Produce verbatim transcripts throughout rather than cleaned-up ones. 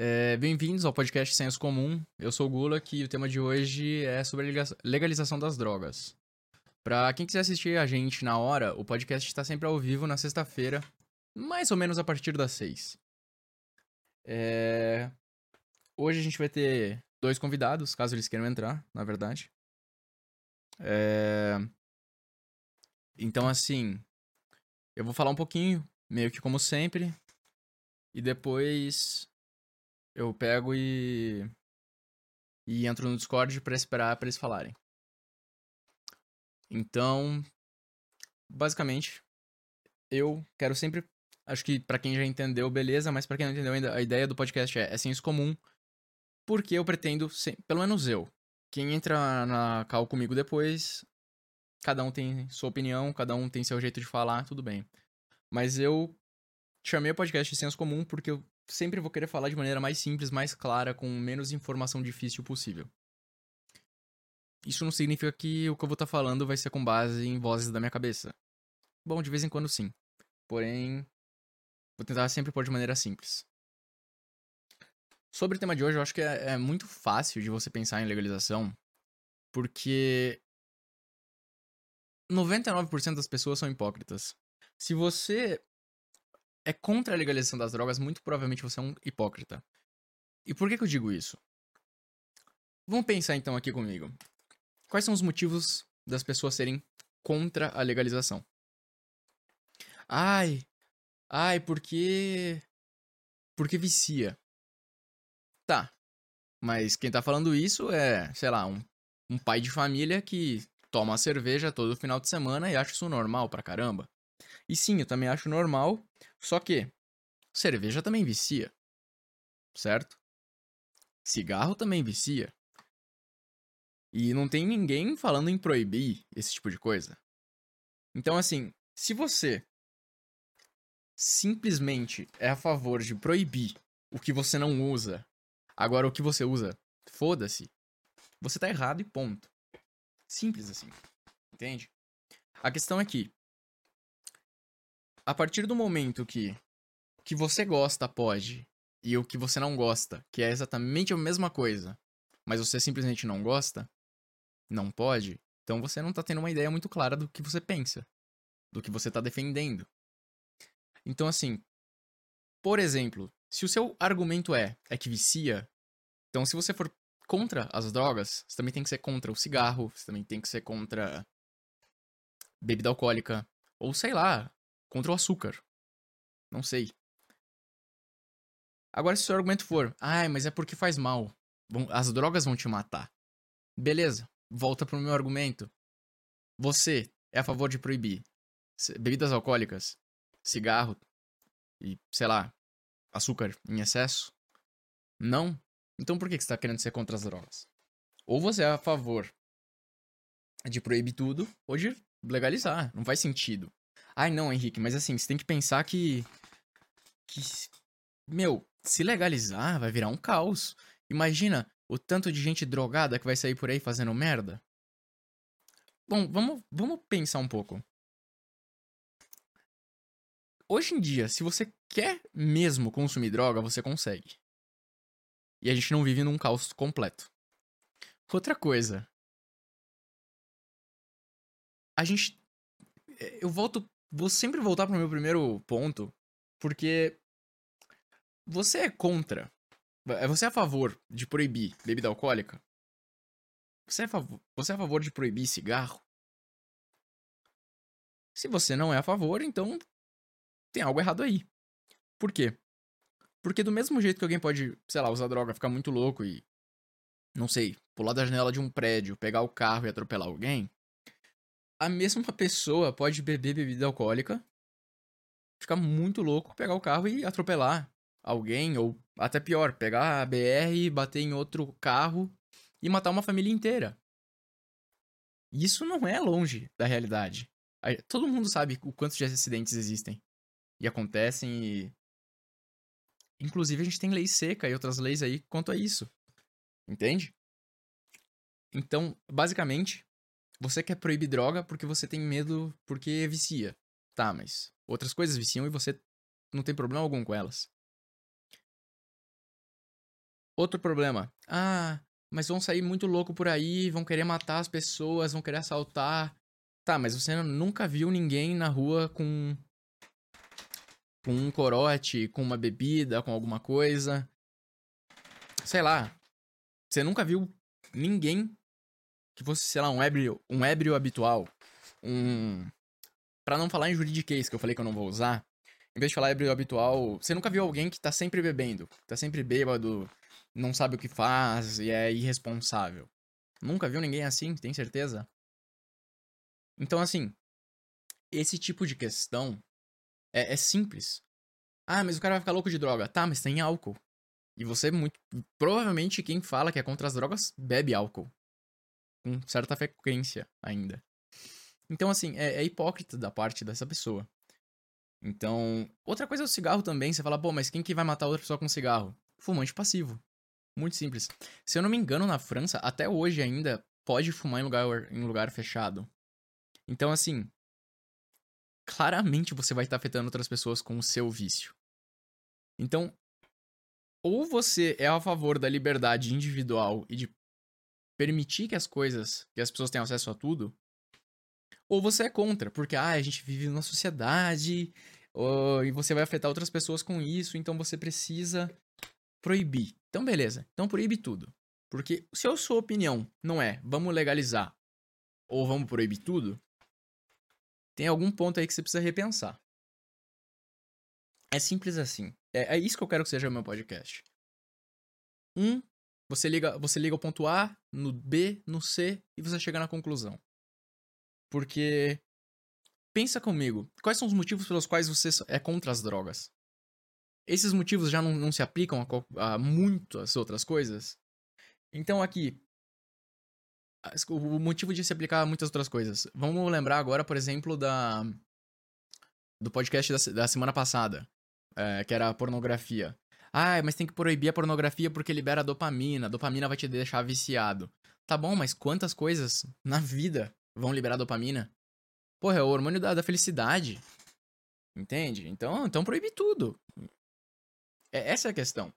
É, bem-vindos ao podcast Senso Comum. Eu sou o Gulak e o tema de hoje é sobre a lega- legalização das drogas. Pra quem quiser assistir a gente na hora, o podcast está sempre ao vivo na sexta-feira, mais ou menos a partir das seis. É, Hoje a gente vai ter dois convidados, caso eles queiram entrar, na verdade. É, Então, assim, eu vou falar um pouquinho, meio que como sempre, e depois eu pego e, e entro no Discord pra esperar pra eles falarem. Então, basicamente, eu quero sempre. Acho que pra quem já entendeu, beleza, mas pra quem não entendeu ainda, a ideia do podcast é, é senso comum, porque eu pretendo, sem- pelo menos eu. Quem entra na call comigo depois, cada um tem sua opinião, cada um tem seu jeito de falar, tudo bem. Mas eu chamei o podcast de senso comum porque eu sempre vou querer falar de maneira mais simples, mais clara, com menos informação difícil possível. Isso não significa que o que eu vou estar falando vai ser com base em vozes da minha cabeça. Bom, de vez em quando sim. Porém, vou tentar sempre pôr de maneira simples. Sobre o tema de hoje, eu acho que é, é muito fácil de você pensar em legalização, porque noventa e nove por cento das pessoas são hipócritas. Se você é contra a legalização das drogas, muito provavelmente você é um hipócrita. E por que, que eu digo isso? Vamos pensar então aqui comigo. Quais são os motivos das pessoas serem contra a legalização? Ai, ai, porque. Porque vicia. Tá, mas quem tá falando isso é, sei lá, um, um pai de família que toma cerveja todo final de semana e acha isso normal pra caramba. E sim, eu também acho normal, só que cerveja também vicia, certo? Cigarro também vicia. E não tem ninguém falando em proibir esse tipo de coisa. Então, assim, se você simplesmente é a favor de proibir o que você não usa, agora o que você usa, foda-se, você tá errado e ponto. Simples assim, entende? A questão é que, a partir do momento que o que você gosta pode e o que você não gosta, que é exatamente a mesma coisa, mas você simplesmente não gosta, não pode, então você não tá tendo uma ideia muito clara do que você pensa, do que você tá defendendo. Então, assim, por exemplo, se o seu argumento é, é que vicia, então se você for contra as drogas, você também tem que ser contra o cigarro, você também tem que ser contra bebida alcoólica, ou sei lá, contra o açúcar. Não sei. Agora, se o seu argumento for, ai, mas é porque faz mal, vão- as drogas vão te matar. Beleza, volta pro meu argumento. Você é a favor de proibir c- bebidas alcoólicas, cigarro e, sei lá, açúcar em excesso? Não? Então por que que você tá querendo ser contra as drogas? Ou você é a favor de proibir tudo, ou de legalizar. Não faz sentido. Ai, não, Henrique, mas assim, você tem que pensar que. que meu, se legalizar, vai virar um caos. Imagina o tanto de gente drogada que vai sair por aí fazendo merda. Bom, vamos, vamos pensar um pouco. Hoje em dia, se você quer mesmo consumir droga, você consegue. E a gente não vive num caos completo. Outra coisa, a gente. Eu volto. Vou sempre voltar pro meu primeiro ponto, porque você é contra. é, Você é a favor de proibir bebida alcoólica? Você é, a favor, você é a favor de proibir cigarro? Se você não é a favor, então tem algo errado aí. Por quê? Porque do mesmo jeito que alguém pode, sei lá, usar droga, ficar muito louco e, não sei, pular da janela de um prédio, pegar o carro e atropelar alguém, a mesma pessoa pode beber bebida alcoólica, ficar muito louco, pegar o carro e atropelar alguém, ou até pior, pegar a B R, bater em outro carro e matar uma família inteira. Isso não é longe da realidade. Todo mundo sabe o quanto de acidentes existem e acontecem e inclusive a gente tem lei seca e outras leis aí quanto a isso, entende? Então, basicamente, você quer proibir droga porque você tem medo porque vicia. Tá, mas outras coisas viciam e você não tem problema algum com elas. Outro problema. Ah, mas vão sair muito louco por aí, vão querer matar as pessoas, vão querer assaltar. Tá, mas você nunca viu ninguém na rua com com um corote, com uma bebida, com alguma coisa. Sei lá. Você nunca viu ninguém que fosse, sei lá, um ébrio, um ébrio habitual. Um. Pra não falar em juridiquês, que eu falei que eu não vou usar. Em vez de falar ébrio habitual, você nunca viu alguém que tá sempre bebendo, tá sempre bêbado, não sabe o que faz e é irresponsável. Nunca viu ninguém assim, tem certeza? Então, assim, esse tipo de questão é, é simples. Ah, mas o cara vai ficar louco de droga. Tá, mas tem álcool. E você, muito. Provavelmente, quem fala que é contra as drogas bebe álcool. Com certa frequência ainda. Então, assim, é, é hipócrita da parte dessa pessoa. Então, outra coisa é o cigarro também. Você fala, pô, mas quem que vai matar outra pessoa com cigarro? Fumante passivo. Muito simples. Se eu não me engano, na França, até hoje ainda, pode fumar em lugar, em lugar fechado. Então, assim, claramente você vai estar afetando outras pessoas com o seu vício. Então, ou você é a favor da liberdade individual e de permitir que as coisas, que as pessoas tenham acesso a tudo, ou você é contra, porque ah, a gente vive numa sociedade oh, e você vai afetar outras pessoas com isso, então você precisa proibir. Então, beleza. Então, proíbe tudo. Porque se a sua opinião não é vamos legalizar ou vamos proibir tudo, tem algum ponto aí que você precisa repensar. É simples assim. É, é isso que eu quero que seja o meu podcast. Um, você liga, você liga o ponto A, no B, no C e você chega na conclusão. Porque, pensa comigo, quais são os motivos pelos quais você é contra as drogas? Esses motivos já não, não se aplicam a, a muitas outras coisas? Então aqui, o motivo de se aplicar a muitas outras coisas. Vamos lembrar agora, por exemplo, da do podcast da, da semana passada, é, que era a pornografia. Ah, mas tem que proibir a pornografia porque libera dopamina. Dopamina vai te deixar viciado. Tá bom, mas quantas coisas na vida vão liberar dopamina? Porra, é o hormônio da, da felicidade. Entende? Então, então proíbe tudo. É, essa é a questão.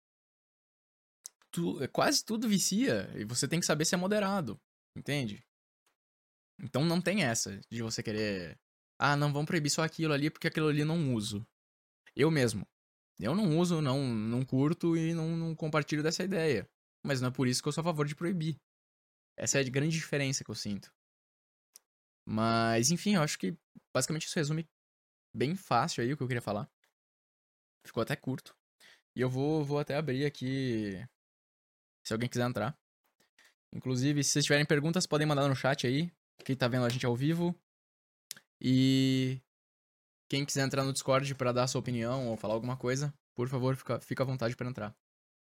Tu, quase tudo vicia e você tem que saber se é moderado. Entende? Então não tem essa de você querer. Ah, não, vamos proibir só aquilo ali porque aquilo ali eu não uso. Eu mesmo. Eu não uso, não, não curto e não, não compartilho dessa ideia. Mas não é por isso que eu sou a favor de proibir. Essa é a grande diferença que eu sinto. Mas, enfim, eu acho que basicamente isso resume bem fácil aí o que eu queria falar. Ficou até curto. E eu vou, vou até abrir aqui, se alguém quiser entrar. Inclusive, se vocês tiverem perguntas, podem mandar no chat aí. Quem tá vendo a gente ao vivo. E quem quiser entrar no Discord pra dar a sua opinião ou falar alguma coisa, por favor, fica, fica à vontade pra entrar.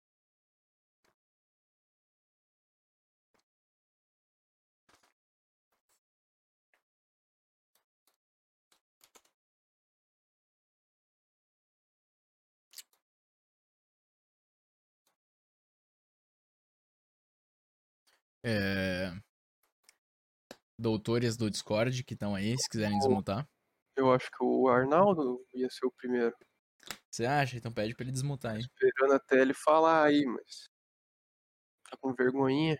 É... Doutores do Discord que estão aí, se quiserem desmutar. Eu acho que o Arnaldo ia ser o primeiro. Você acha? Então pede pra ele desmutar aí. Esperando até ele falar aí, mas tá com vergonhinha.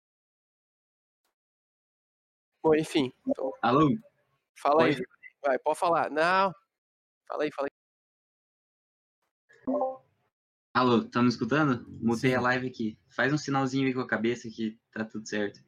Bom, enfim. Então, Alô? fala aí. Pode? Vai, pode falar. Não. Fala aí, fala aí. Alô, tá me escutando? Mutei Sim. a live aqui. Faz um sinalzinho aí com a cabeça que tá tudo certo.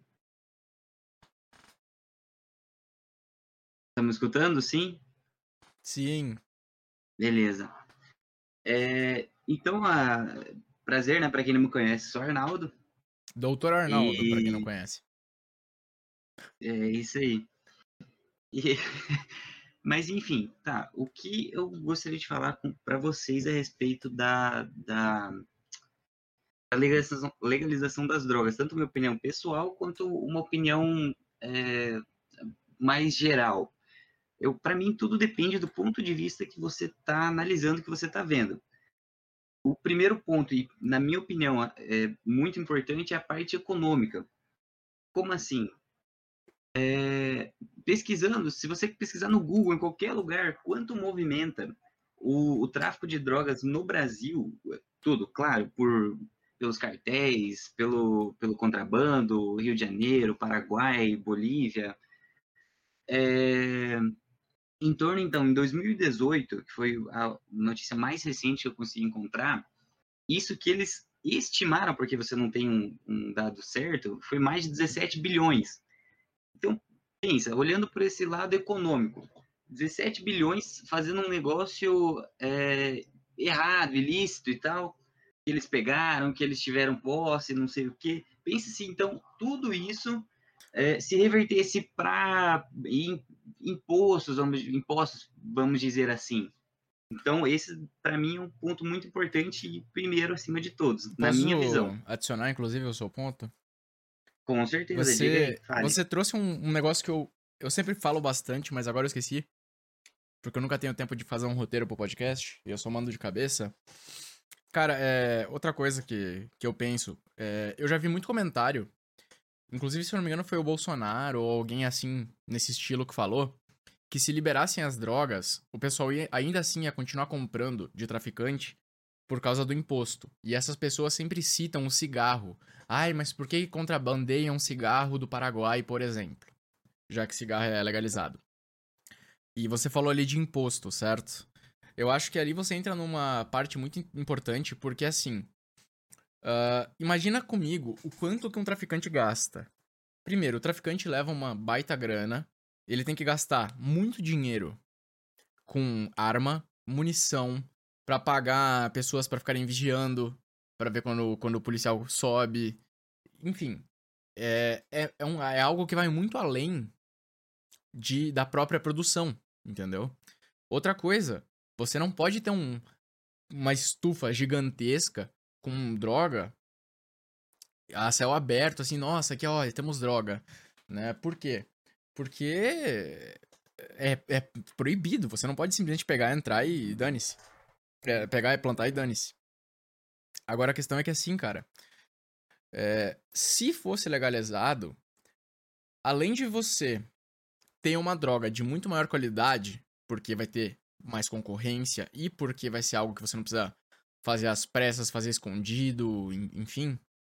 Tá me escutando? Sim? Sim. Beleza. É, então, a... prazer, né? Pra quem não me conhece, sou Arnaldo. Doutor Arnaldo, e... pra quem não conhece. É isso aí. E... Mas, enfim, tá. O que eu gostaria de falar com... pra vocês a respeito da... da... da legalização, legalização das drogas, tanto minha opinião pessoal quanto uma opinião é, mais geral. Eu, para mim, tudo depende do ponto de vista que você está analisando, que você está vendo. O primeiro ponto, e na minha opinião é muito importante, é a parte econômica. Como assim? É, pesquisando, se você pesquisar no Google, em qualquer lugar, quanto movimenta o, o tráfico de drogas no Brasil, tudo, claro, por pelos cartéis, pelo, pelo contrabando, Rio de Janeiro, Paraguai, Bolívia. É, em torno, então, em dois mil e dezoito, que foi a notícia mais recente que eu consegui encontrar, isso que eles estimaram, porque você não tem um, um dado certo, foi mais de dezessete bilhões. Então, pensa, olhando por esse lado econômico, dezessete bilhões fazendo um negócio é, errado, ilícito e tal, que eles pegaram, que eles tiveram posse, não sei o quê. Pense se, então, tudo isso é, se revertesse para impostos, vamos, impostos, vamos dizer assim. Então, esse, para mim, é um ponto muito importante e primeiro acima de todos, na Posso minha visão. adicionar, inclusive, o seu ponto? Com certeza, diga aí, Você, fale. você trouxe um, um negócio que eu, eu sempre falo bastante, mas agora eu esqueci. Porque eu nunca tenho tempo de fazer um roteiro pro podcast. E eu só mando de cabeça. Cara, é, outra coisa que, que eu penso. É, eu já vi muito comentário. Inclusive, se eu não me engano, foi o Bolsonaro ou alguém assim, nesse estilo que falou. Que se liberassem as drogas, o pessoal ia, ainda assim ia continuar comprando de traficante por causa do imposto. E essas pessoas sempre citam o cigarro. Ai, mas por que contrabandeiam um cigarro do Paraguai, por exemplo? Já que cigarro é legalizado. E você falou ali de imposto, certo? Eu acho que ali você entra numa parte muito importante, porque assim, uh, imagina comigo o quanto que um traficante gasta. Primeiro, o traficante leva uma baita grana, ele tem que gastar muito dinheiro com arma, munição, pra pagar pessoas pra ficarem vigiando, pra ver quando, quando o policial sobe. Enfim, é, é, é, um, é algo que vai muito além de, da própria produção, entendeu? Outra coisa, você não pode ter um, uma estufa gigantesca com droga a céu aberto, assim, nossa, aqui, ó, temos droga, né? Por quê? Porque é, é proibido, você não pode simplesmente pegar, entrar e dane-se. É, pegar e plantar e dane-se. Agora a questão é que assim, cara, é, se fosse legalizado, além de você ter uma droga de muito maior qualidade, porque vai ter mais concorrência e porque vai ser algo que você não precisa fazer às pressas, fazer escondido, enfim.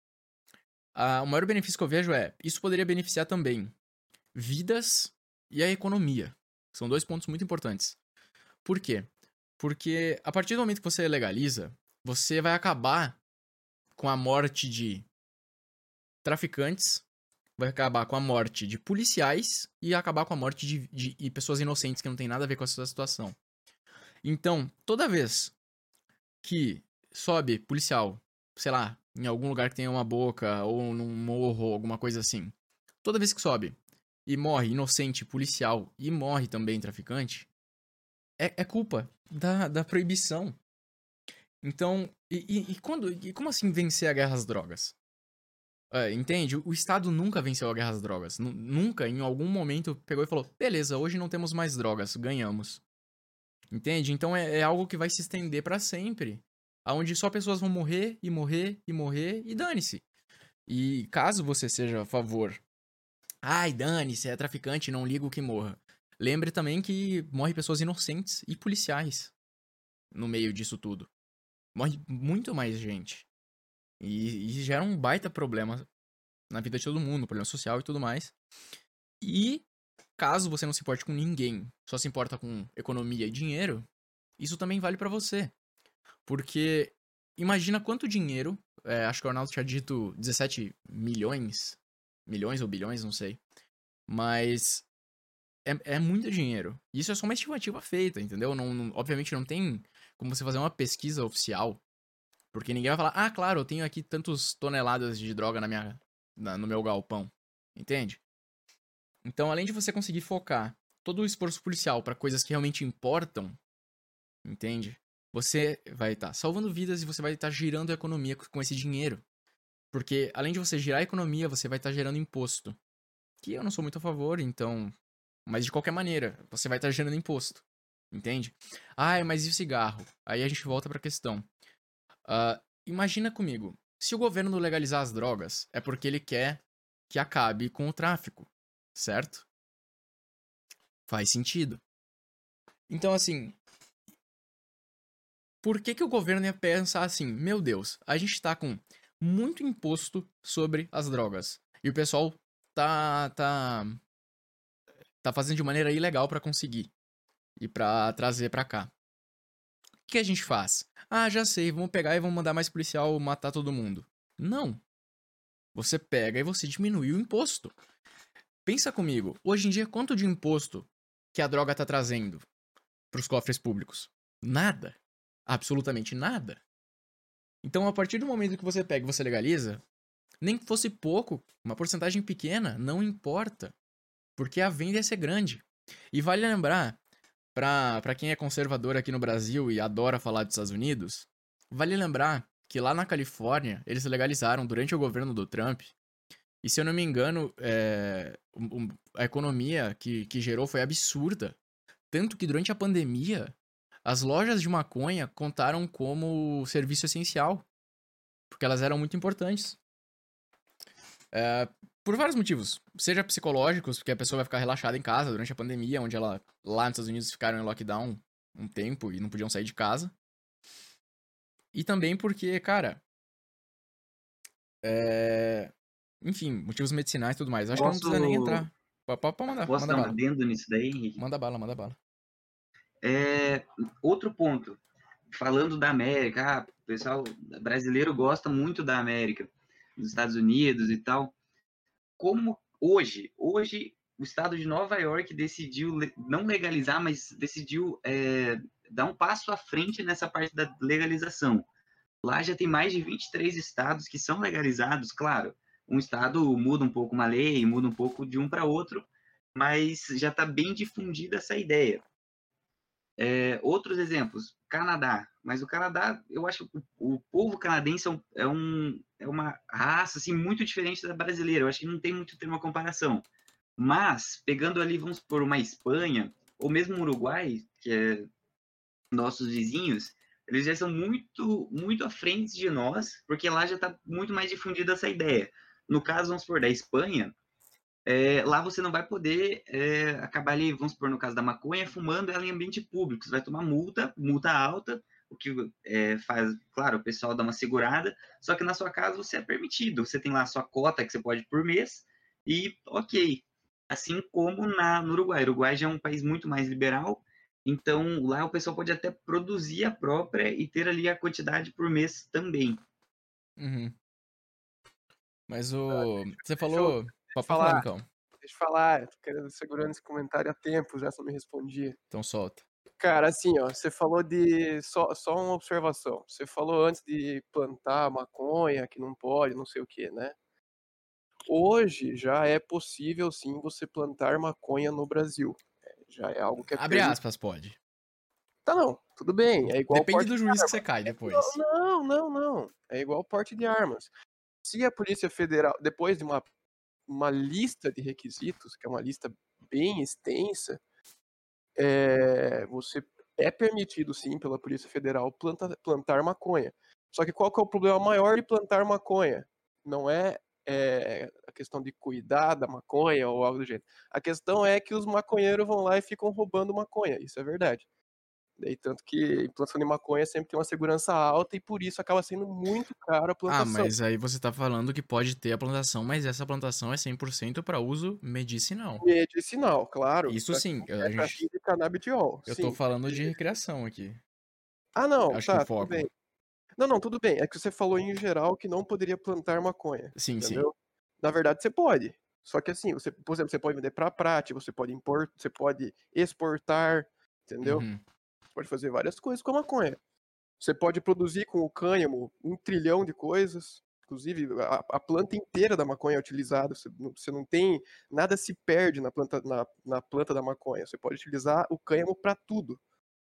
Ah, o maior benefício que eu vejo é, isso poderia beneficiar também vidas e a economia. São dois pontos muito importantes. Por quê? Porque a partir do momento que você legaliza, você vai acabar com a morte de traficantes, vai acabar com a morte de policiais e acabar com a morte de, de, de pessoas inocentes que não tem nada a ver com essa situação. Então, toda vez que sobe policial, sei lá, em algum lugar que tenha uma boca ou num morro, alguma coisa assim, toda vez que sobe e morre inocente policial e morre também traficante, é, é culpa da, da proibição. Então, e, e, e quando, e como assim vencer a guerra às drogas? É, entende? O Estado nunca venceu a guerra às drogas. N- nunca, em algum momento, pegou e falou: beleza, hoje não temos mais drogas, ganhamos. Entende? Então é, é algo que vai se estender pra sempre. Onde só pessoas vão morrer e morrer e morrer e dane-se. E caso você seja a favor, ai, dane-se, é traficante, não ligo que morra. Lembre também que morre pessoas inocentes e policiais no meio disso tudo. Morre muito mais gente. E, e gera um baita problema na vida de todo mundo, problema social e tudo mais. E caso você não se importe com ninguém, só se importa com economia e dinheiro, isso também vale pra você. Porque imagina quanto dinheiro, é, acho que o Arnaldo tinha dito dezessete milhões, milhões ou bilhões, não sei. Mas é, é muito dinheiro. Isso é só uma estimativa feita, entendeu? Não, não- obviamente não tem como você fazer uma pesquisa oficial. Porque ninguém vai falar, ah, claro, eu tenho aqui tantas toneladas de droga na minha, na- no meu galpão. Entende? Então, além de você conseguir focar todo o esforço policial para coisas que realmente importam, entende? Você vai estar salvando vidas e você vai estar girando a economia com esse dinheiro. Porque, além de você girar a economia, você vai estar gerando imposto. Que eu não sou muito a favor, então. Mas de qualquer maneira, você vai estar gerando imposto. Entende? Ah, mas e o cigarro? Aí a gente volta pra questão. Ah, imagina comigo. Se o governo não legalizar as drogas, é porque ele quer que acabe com o tráfico. Certo? Faz sentido. Então, assim. Por que, que o governo ia pensar assim? Meu Deus, a gente tá com muito imposto sobre as drogas. E o pessoal tá, tá, tá fazendo de maneira ilegal pra conseguir e pra trazer pra cá. O que a gente faz? Ah, já sei, vamos pegar e vamos mandar mais policial matar todo mundo. Não. Você pega e você diminui o imposto. Pensa comigo, hoje em dia quanto de imposto que a droga tá trazendo pros cofres públicos? Nada. Absolutamente nada. Então, a partir do momento que você pega e você legaliza, nem que fosse pouco, uma porcentagem pequena, não importa. Porque a venda ia ser grande. E vale lembrar, pra, pra quem é conservador aqui no Brasil e adora falar dos Estados Unidos, vale lembrar que lá na Califórnia, eles legalizaram durante o governo do Trump. E se eu não me engano, é, um- um- a economia que, que gerou foi absurda. Tanto que durante a pandemia, as lojas de maconha contaram como serviço essencial. Porque elas eram muito importantes. É, por vários motivos. Seja psicológicos, porque a pessoa vai ficar relaxada em casa durante a pandemia, onde ela, lá nos Estados Unidos, ficaram em lockdown um tempo e não podiam sair de casa. E também porque, cara. É... Enfim, motivos medicinais e tudo mais. Acho que não precisa nem Posso, entrar. Pode, pode mandar, posso manda dar um bala. adendo nisso daí, Henrique? Manda bala, manda bala. É, outro ponto, falando da América, ah, o pessoal brasileiro gosta muito da América, dos Estados Unidos e tal. Como hoje, hoje o estado de Nova York decidiu le- não legalizar, mas decidiu é, dar um passo à frente nessa parte da legalização. Lá já tem mais de vinte e três estados que são legalizados, claro. Um estado muda um pouco uma lei, muda um pouco de um para outro, mas já está bem difundida essa ideia. É, outros exemplos, Canadá. Mas o Canadá, eu acho que o, o povo canadense é, um, é, um, é uma raça assim, muito diferente da brasileira. Eu acho que não tem muito ter uma comparação. Mas, pegando ali, vamos por uma Espanha, ou mesmo um Uruguai, que é nossos vizinhos, eles já são muito, muito à frente de nós, porque lá já está muito mais difundida essa ideia. No caso, vamos supor, da Espanha, é, lá você não vai poder é, acabar ali, vamos supor, no caso da maconha, fumando ela em ambiente público. Você vai tomar multa, multa alta, o que é, faz, claro, o pessoal dá uma segurada, só que na sua casa você é permitido. Você tem lá a sua cota que você pode por mês, e ok. Assim como na, no Uruguai. O Uruguai já é um país muito mais liberal, então lá o pessoal pode até produzir a própria e ter ali a quantidade por mês também. Uhum. Mas Ah, o. Você Deixa eu, falou. deixa eu Pode pode falar, falar, Micão. deixa eu falar. Eu tô querendo, segurando esse comentário há tempo, já só me respondia. Então solta. Cara, assim, ó, você falou de. Só, só uma observação. Você falou antes de plantar maconha, que não pode, não sei o que, né? Hoje já é possível, sim, você plantar maconha no Brasil. É, já é algo que é Abre permitido. aspas, pode. Tá, não, tudo bem. É igual Depende porte do de juiz que você arma. cai Não, depois. não, não, não. É igual porte de armas. Se a Polícia Federal, depois de uma, uma lista de requisitos, que é uma lista bem extensa, é, você é permitido, sim, pela Polícia Federal planta, plantar maconha. Só que qual que é o problema maior de plantar maconha? Não é, é a questão de cuidar da maconha ou algo do jeito. A questão é que os maconheiros vão lá e ficam roubando maconha. Isso é verdade. Daí, tanto que plantação de maconha sempre tem uma segurança alta e por isso acaba sendo muito caro a Ah, plantação. mas aí você tá falando que pode ter a plantação, mas essa plantação é cem por cento para uso medicinal. Medicinal, claro. Isso Pra, sim, eu- a é para gente, fim de canabidiol, eu tô sim. falando de recreação aqui. Ah, não, Acho que o tá, tudo foco. bem. Não, não, tudo bem. É que você falou em geral que não poderia plantar maconha, Sim, sim. entendeu? Na verdade, você pode. Só que assim, você, por exemplo, você pode vender para prática, você pode impor, você pode exportar, entendeu? Uhum. Você pode fazer várias coisas com a maconha. Você pode produzir com o cânhamo um trilhão de coisas. Inclusive, a, a planta inteira da maconha é utilizada. Você não, você não tem. Nada se perde na planta, na, na planta da maconha. Você pode utilizar o cânhamo para tudo.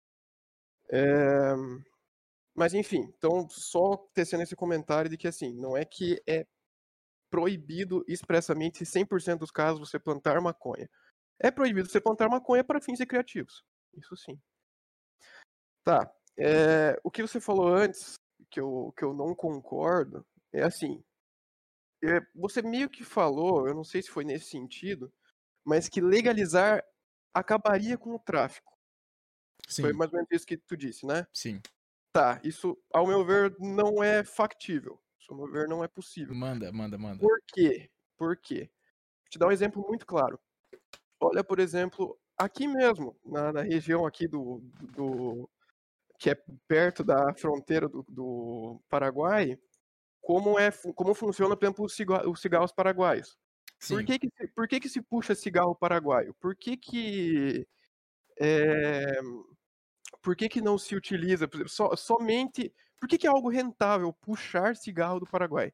É, mas enfim, então só tecendo esse comentário de que assim, não é que é proibido expressamente em cem por cento dos casos você plantar maconha. É proibido você plantar maconha para fins recreativos. Isso sim. Tá. É, o que você falou antes, que eu, que eu não concordo, é assim. É, você meio que falou, eu não sei se foi nesse sentido, mas que legalizar acabaria com o tráfico. Foi Sim, mais ou menos isso que tu disse, né? sim. Tá, isso, ao meu ver, não é factível. Isso, ao meu ver, não é possível. Manda, manda, manda. Por quê? Por quê? Vou te dar um exemplo muito claro. Olha, por exemplo, aqui mesmo, na, na região aqui do, do, que é perto da fronteira do, do Paraguai, como, é, como funciona, por exemplo, os, ciga- os cigarros paraguaios. Por Sim. que que, se- por que que se puxa cigarro paraguaio? Por que que, é, por que que não se utiliza, por exemplo, so- somente... Por que que é algo rentável puxar cigarro do Paraguai?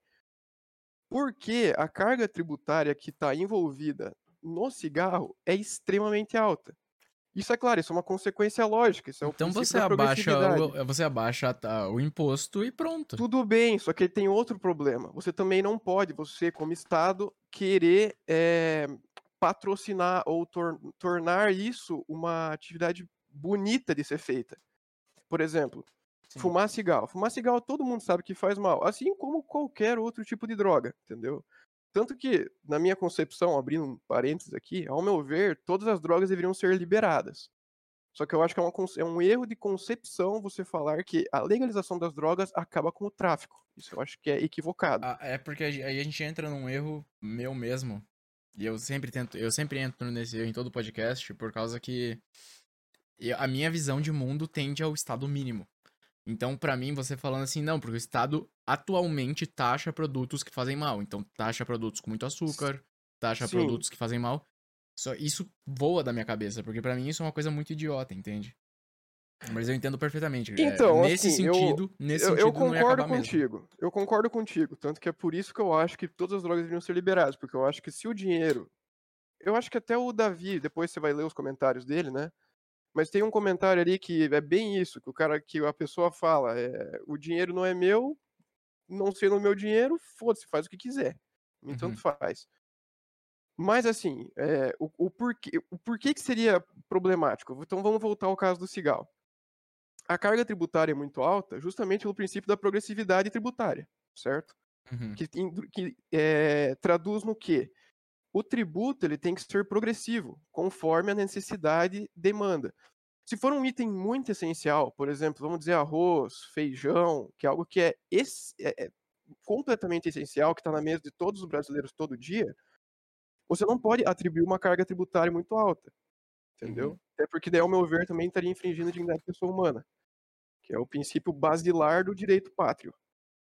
Porque a carga tributária que está envolvida no cigarro é extremamente alta. Isso é claro, isso é uma consequência lógica, isso é o Então princípio você da abaixa progressividade. o, você abaixa a- o imposto e pronto. Tudo bem, só que tem outro problema. Você também não pode, você como Estado, querer é, patrocinar ou tor tornar isso uma atividade bonita de ser feita. Por exemplo, Sim. fumar cigarro. Fumar cigarro todo mundo sabe que faz mal, assim como qualquer outro tipo de droga, entendeu? Tanto que, na minha concepção, abrindo um parênteses aqui, ao meu ver, todas as drogas deveriam ser liberadas. Só que eu acho que é, uma, é um erro de concepção você falar que a legalização das drogas acaba com o tráfico. Isso eu acho que é equivocado. Ah, é porque aí a gente entra num erro meu mesmo. E eu sempre tento, eu sempre entro nesse erro em todo podcast, por causa que eu- a minha visão de mundo tende ao estado mínimo. Então, pra mim, você falando assim, não, porque o Estado atualmente taxa produtos que fazem mal. Então, taxa produtos com muito açúcar, taxa Sim. produtos que fazem mal. Só isso voa da minha cabeça, porque pra mim isso é uma coisa muito idiota, entende? Mas eu entendo perfeitamente. É, Então, nesse assim, eu, sentido, nesse eu, eu sentido não ia concordo acabar mesmo. contigo. Eu concordo contigo. Tanto que é por isso que eu acho que todas as drogas deveriam ser liberadas. Porque eu acho que se o dinheiro. Eu acho que até o Davi, depois você vai ler os comentários dele, né? Mas tem um comentário ali que é bem isso, que o cara, que a pessoa fala, é, o dinheiro não é meu, não sendo meu dinheiro, foda-se, faz o que quiser. Me tanto Uhum. faz. Mas assim, é, o, o, porquê, o porquê que seria problemático? Então vamos voltar ao caso do cigarro. A carga tributária é muito alta justamente pelo princípio da progressividade tributária, certo? Uhum. Que, que é, traduz no quê? O tributo ele tem que ser progressivo, conforme a necessidade e demanda. Se for um item muito essencial, por exemplo, vamos dizer arroz, feijão, que é algo que é, esse, é, é completamente essencial, que está na mesa de todos os brasileiros todo dia, você não pode atribuir uma carga tributária muito alta, entendeu? Uhum. Até porque, daí, ao meu ver, também estaria infringindo a dignidade da pessoa humana, que é o princípio basilar do direito pátrio.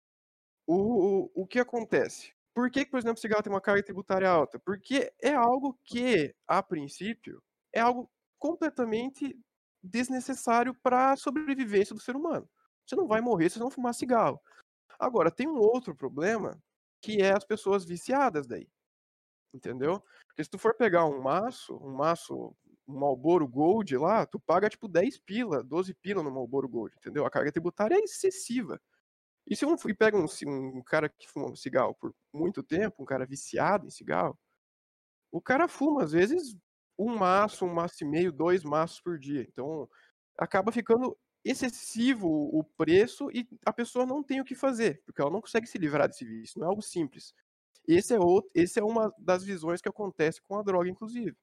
O, o, o que acontece? Por que, por exemplo, o cigarro tem uma carga tributária alta? Porque é algo que, a princípio, é algo completamente desnecessário para a sobrevivência do ser humano. Você não vai morrer se você não fumar cigarro. Agora, tem um outro problema, que é as pessoas viciadas daí. Entendeu? Porque se tu for pegar um maço, um maço, um Marlboro Gold lá, tu paga tipo dez pila, doze pila no Marlboro Gold, entendeu? A carga tributária é excessiva. E se um e pega um, um cara que fuma cigarro por muito tempo, um cara viciado em cigarro, o cara fuma, às vezes, um maço, um maço e meio, dois maços por dia. Então, acaba ficando excessivo o preço e a pessoa não tem o que fazer, porque ela não consegue se livrar desse vício, não é algo simples. Esse é, outro, esse é uma das visões que acontece com a droga, inclusive.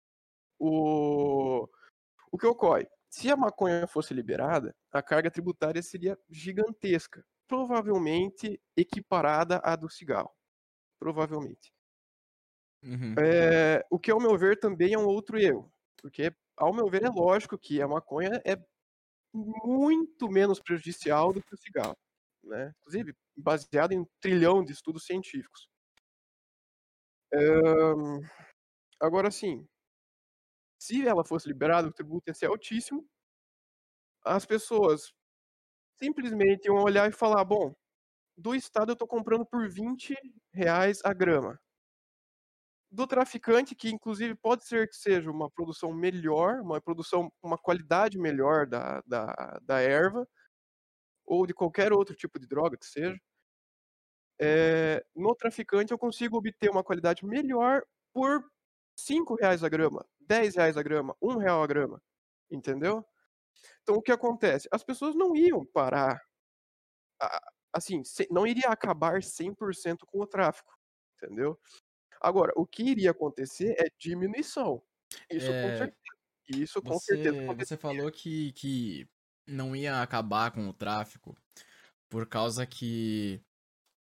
O, o que ocorre? Se a maconha fosse liberada, a carga tributária seria gigantesca, provavelmente equiparada à do cigarro. Provavelmente. Uhum. É, o que, ao meu ver, também é um outro erro. Porque, ao meu ver, é lógico que a maconha é muito menos prejudicial do que o cigarro. Né? Inclusive, baseado em um trilhão de estudos científicos. É, agora, sim, se ela fosse liberada, o tributo ia ser altíssimo. As pessoas simplesmente iam olhar e falar: bom, do Estado eu estou comprando por vinte reais a grama. Do traficante, que inclusive pode ser que seja uma produção melhor, uma produção, uma qualidade melhor da, da, da erva, ou de qualquer outro tipo de droga que seja, é, no traficante eu consigo obter uma qualidade melhor por cinco reais a grama, dez reais a grama, um real a grama, entendeu? Então o que acontece? As pessoas não iam parar, assim, não iria acabar cem por cento com o tráfico, entendeu? Agora, o que iria acontecer é diminuição. Isso com É, certeza. Isso com certeza você, você aconteceria. falou que, que não ia acabar com o tráfico por causa que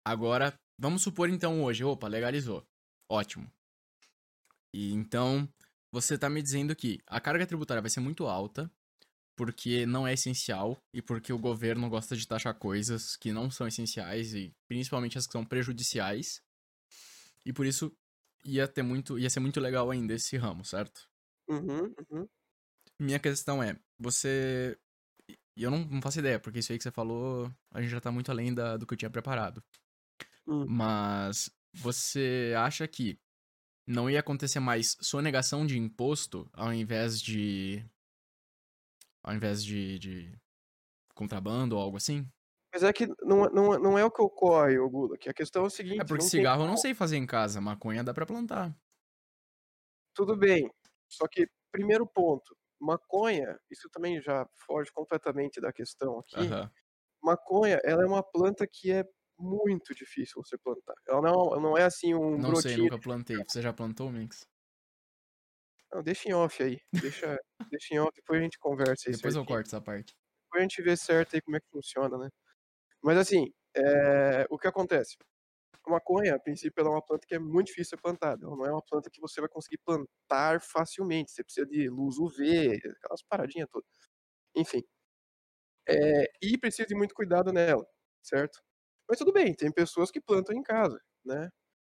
Agora, vamos supor então hoje, opa, legalizou. Ótimo. E então, você tá me dizendo que a carga tributária vai ser muito alta, porque não é essencial e porque o governo gosta de taxar coisas que não são essenciais e principalmente as que são prejudiciais. E por isso ia ter muito, ia ser muito legal ainda esse ramo, certo? Uhum, uhum. Minha questão é, você. E eu não, não faço ideia, porque isso aí que você falou, a gente já tá muito além da, do que eu tinha preparado. Hum. Mas você acha que não ia acontecer mais sonegação de imposto ao invés de. Ao invés de, de contrabando ou algo assim? Mas é que não, não, não é o que ocorre, ô Gula, que a questão é o É seguinte, porque não tem cigarro eu não como. sei fazer em casa, maconha dá pra plantar. Tudo bem, só que, primeiro ponto, maconha, isso também já foge completamente da questão aqui. Aham. Maconha, ela é uma planta que é muito difícil você plantar. Ela não, não é assim um Não sei, brotinho nunca de plantei. Você já plantou, Minx? Não, deixa em off aí. Deixa, deixa em off, depois a gente conversa aí Depois eu certinho. corto essa parte. Depois a gente vê certo aí como é que funciona, né? Mas assim, é, o que acontece? A maconha, a princípio, ela é uma planta que é muito difícil de ser plantada. Ela não é uma planta que você vai conseguir plantar facilmente. Você precisa de luz U V, aquelas paradinhas todas. Enfim. É, e precisa de muito cuidado nela, certo? Mas tudo bem, tem pessoas que plantam em casa, né?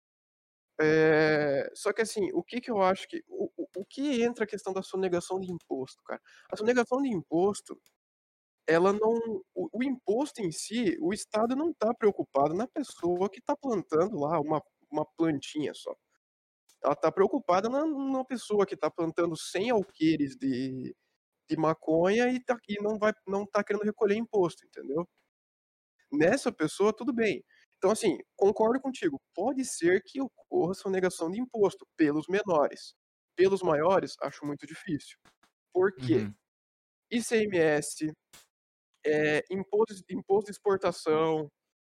É, só que assim, o que que eu acho que. O, o, o que entra a questão da sonegação de imposto, cara? A sonegação de imposto, ela não. O, o imposto em si, o Estado não está preocupado na pessoa que está plantando lá uma, uma plantinha só. Ela está preocupada na, na pessoa que está plantando cem alqueires de, de maconha e, tá, e não vai não tá querendo recolher imposto, entendeu? Nessa pessoa, tudo bem. Então, assim, concordo contigo. Pode ser que ocorra sonegação de imposto pelos menores. Pelos maiores, acho muito difícil. Por quê? Uhum. I C M S, é, imposto, imposto de exportação,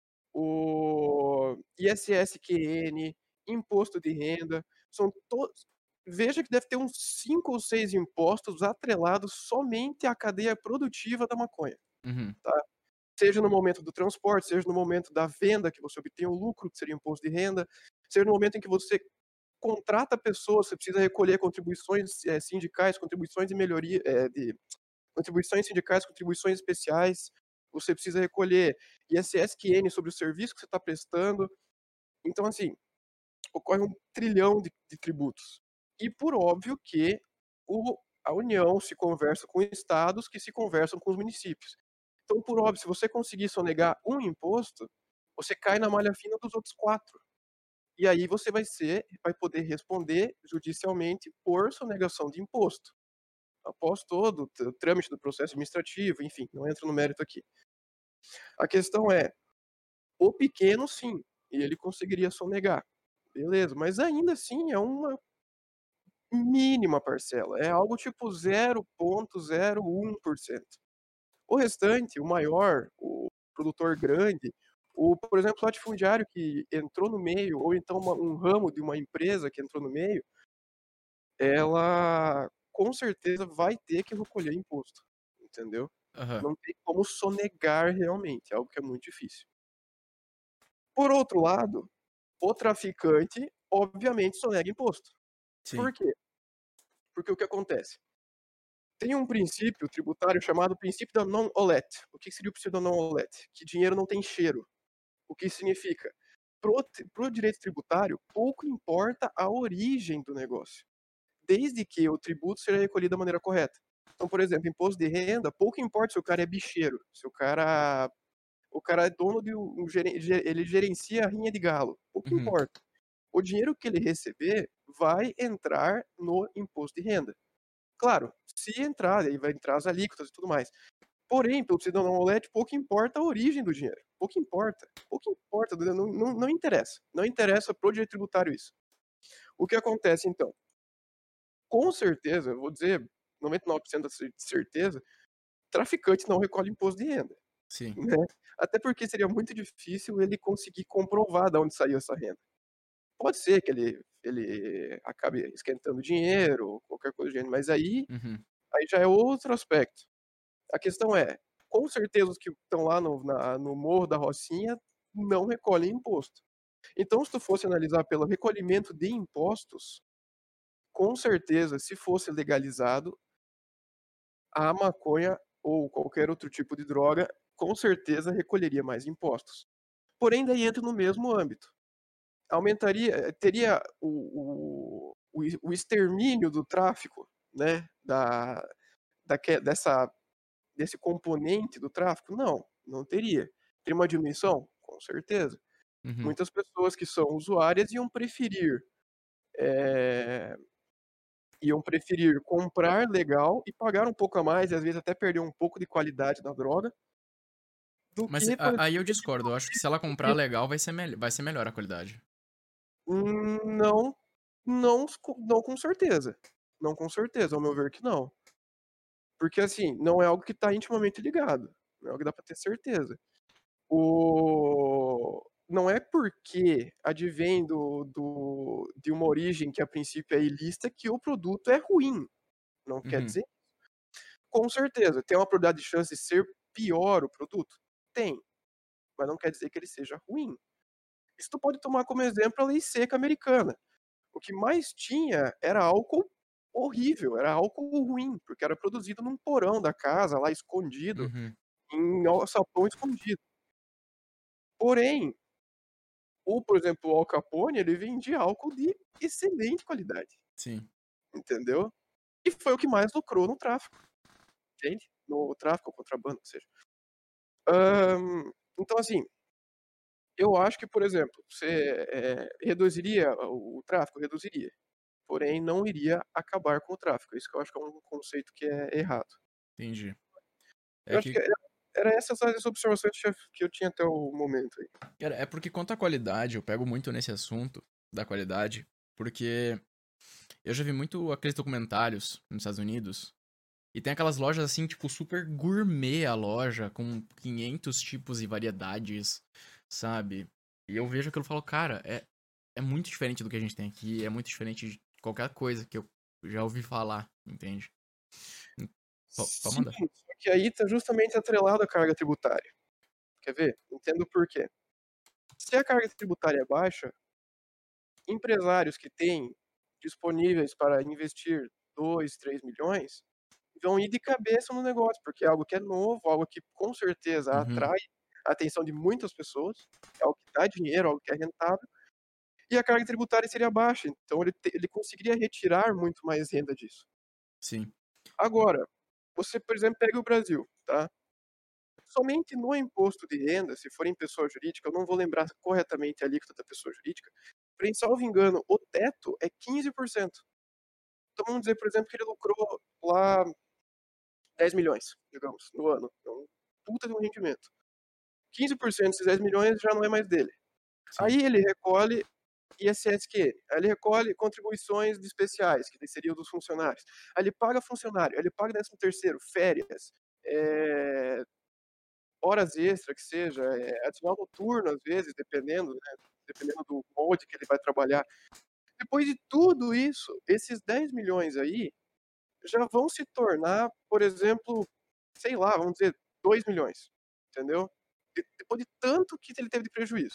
o I S S Q N, imposto de renda, são todos. Veja que deve ter uns cinco ou seis impostos atrelados somente à cadeia produtiva da maconha. Uhum. Tá? Seja no momento do transporte, seja no momento da venda, que você obtém o lucro, que seria imposto de renda, seja no momento em que você contrata pessoas, você precisa recolher contribuições é, sindicais, contribuições de melhoria, é, de contribuições sindicais, contribuições especiais, você precisa recolher I S S Q N sobre o serviço que você está prestando. Então, assim, ocorre um trilhão de, de tributos. E por óbvio que o, a União se conversa com estados que se conversam com os municípios. Então, por óbvio, se você conseguir sonegar um imposto, você cai na malha fina dos outros quatro. E aí você vai ser, vai poder responder judicialmente por sonegação de imposto. Após todo o trâmite do processo administrativo, enfim, não entro no mérito aqui. A questão é, o pequeno sim, e ele conseguiria sonegar. Beleza, mas ainda assim é uma mínima parcela, é algo tipo zero vírgula zero um por cento. O restante, o maior, o produtor grande, o, por exemplo, o latifundiário que entrou no meio, ou então uma, um ramo de uma empresa que entrou no meio, ela com certeza vai ter que recolher imposto, entendeu? Aham. Não tem como sonegar realmente, é algo que é muito difícil. Por outro lado, o traficante, obviamente, sonega imposto. Sim. Por quê? Porque o que acontece? Tem um princípio tributário chamado princípio da non-olete. O que seria o princípio da non-olete? Que dinheiro não tem cheiro. O que significa? Para o direito tributário, pouco importa a origem do negócio, desde que o tributo seja recolhido da maneira correta. Então, por exemplo, imposto de renda, pouco importa se o cara é bicheiro, se o cara, o cara é dono de um, ele gerencia a rinha de galo, pouco Uhum. importa. O dinheiro que ele receber vai entrar no imposto de renda. Claro, se entrar, aí vai entrar as alíquotas e tudo mais. Porém, pelo cidadão OLED, pouco importa a origem do dinheiro. Pouco importa. Pouco importa. Não, não, não interessa. Não interessa pro direito tributário isso. O que acontece, então? Com certeza, eu vou dizer noventa e nove por cento de certeza, traficante não recolhe imposto de renda. Sim. Né? Até porque seria muito difícil ele conseguir comprovar de onde saiu essa renda. Pode ser que ele, ele acabe esquentando dinheiro, ou qualquer coisa do gênero, mas aí, Uhum. aí já é outro aspecto. A questão é, com certeza os que estão lá no, na, no Morro da Rocinha não recolhem imposto. Então, se tu fosse analisar pelo recolhimento de impostos, com certeza, se fosse legalizado, a maconha ou qualquer outro tipo de droga, com certeza recolheria mais impostos. Porém, daí entra no mesmo âmbito. Aumentaria, teria o, o, o extermínio do tráfico, né, da, da, dessa, desse componente do tráfico? Não, não teria. Teria uma diminuição? Com certeza. Uhum. Muitas pessoas que são usuárias iam preferir é, iam preferir comprar legal e pagar um pouco a mais, e às vezes até perder um pouco de qualidade na droga, do Mas que, por a- aí eu exemplo, discordo. Eu acho que se ela comprar legal, vai ser, mel- vai ser melhor a qualidade. Hum, não, não, co- não com certeza. Não com certeza, ao meu ver que não. Porque, assim, não é algo que está intimamente ligado. Não é algo que dá para ter certeza. O... Não é porque advém do, do, de uma origem que a princípio é ilícita que o produto é ruim. Não quer Uhum. dizer. Com certeza, tem uma probabilidade de chance de ser pior o produto? Tem. Mas não quer dizer que ele seja ruim. Isso tu pode tomar como exemplo a lei seca americana. O que mais tinha era álcool horrível, era álcool ruim, porque era produzido num porão da casa, lá escondido, Uhum. em alçapão escondido. Porém, o, por exemplo, o Al Capone, ele vendia álcool de excelente qualidade, Sim. entendeu? E foi o que mais lucrou no tráfico, entende? No tráfico, ou contrabando, ou seja. Ahn, então, assim, eu acho que, por exemplo, você é, reduziria o, o tráfico? Reduziria. Porém, não iria acabar com o tráfico. Isso que eu acho que é um conceito que é errado. Entendi. Eu É acho que que. era, era essas as observações que eu- que eu tinha até o momento aí. Cara, é porque quanto à qualidade, eu pego muito nesse assunto da qualidade, porque eu já vi muito aqueles documentários nos Estados Unidos, e tem aquelas lojas assim, tipo, super gourmet a loja, com quinhentos tipos e variedades, sabe? E eu vejo aquilo e falo, cara, é, é muito diferente do que a gente tem aqui, é muito diferente de qualquer coisa que eu já ouvi falar, entende? Pode Sim, mandar. só que aí tá justamente atrelado à carga tributária. Quer ver? Entendo por quê. Se a carga tributária é baixa, empresários que têm disponíveis para investir dois, três milhões vão ir de cabeça no negócio, porque é algo que é novo, algo que com certeza Uhum, atrai a atenção de muitas pessoas, é algo que dá dinheiro, algo que é rentável, e a carga tributária seria baixa, então ele, te, ele conseguiria retirar muito mais renda disso. sim. Agora, você, por exemplo, pega o Brasil, tá? Somente no imposto de renda, se for em pessoa jurídica, eu não vou lembrar corretamente a alíquota da pessoa jurídica, porém, salvo engano, o teto é quinze por cento. Então vamos dizer, por exemplo, que ele lucrou lá dez milhões, digamos, no ano. Então, puta de um rendimento. quinze por cento desses dez milhões já não é mais dele. Sim. Aí ele recolhe I S S Q, aí ele recolhe contribuições de especiais, que seriam dos funcionários. Aí ele paga funcionário, aí ele paga décimo terceiro, férias, é, horas extras que seja, é, adicional noturno às vezes, dependendo, né, dependendo do molde que ele vai trabalhar. Depois de tudo isso, esses dez milhões aí já vão se tornar, por exemplo, sei lá, vamos dizer, dois milhões, entendeu? De- Depois de tanto que ele teve de prejuízo.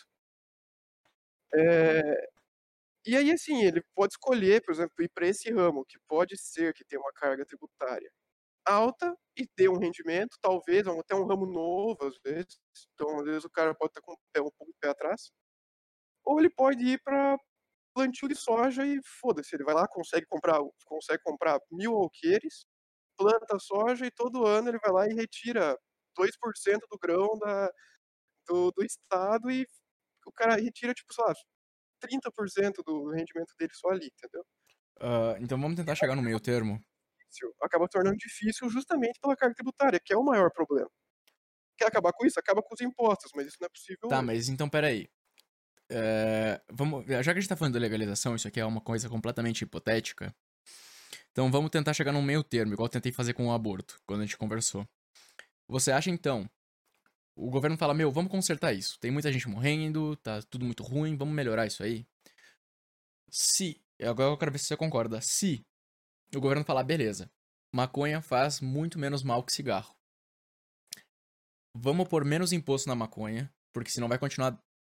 É, e aí, assim, ele pode escolher, por exemplo, ir para esse ramo, que pode ser que tenha uma carga tributária alta e ter um rendimento, talvez, ou até um ramo novo, às vezes. Então, às vezes, o cara pode estar com o pé, um pouco de pé atrás. Ou ele pode ir para plantio de soja e foda-se, ele vai lá, consegue comprar, consegue comprar mil alqueires, planta soja e todo ano ele vai lá e retira dois por cento do grão da, do, do estado e o cara retira, tipo, sei lá, trinta por cento do rendimento dele só ali, entendeu? Ah, então vamos tentar chegar no meio termo. Difícil, acaba tornando difícil justamente pela carga tributária, que é o maior problema. Quer acabar com isso? Acaba com os impostos, mas isso não é possível Tá, hoje. mas então peraí. É, vamos, já que a gente tá falando de legalização, isso aqui é uma coisa completamente hipotética. Então vamos tentar chegar num meio termo, igual eu tentei fazer com o aborto, quando a gente conversou. Você acha então, o governo fala, meu, vamos consertar isso. Tem muita gente morrendo, tá tudo muito ruim, vamos melhorar isso aí. Se, agora eu quero ver se você concorda. Se o governo falar, beleza, maconha faz muito menos mal que cigarro. Vamos pôr menos imposto na maconha, porque senão vai continuar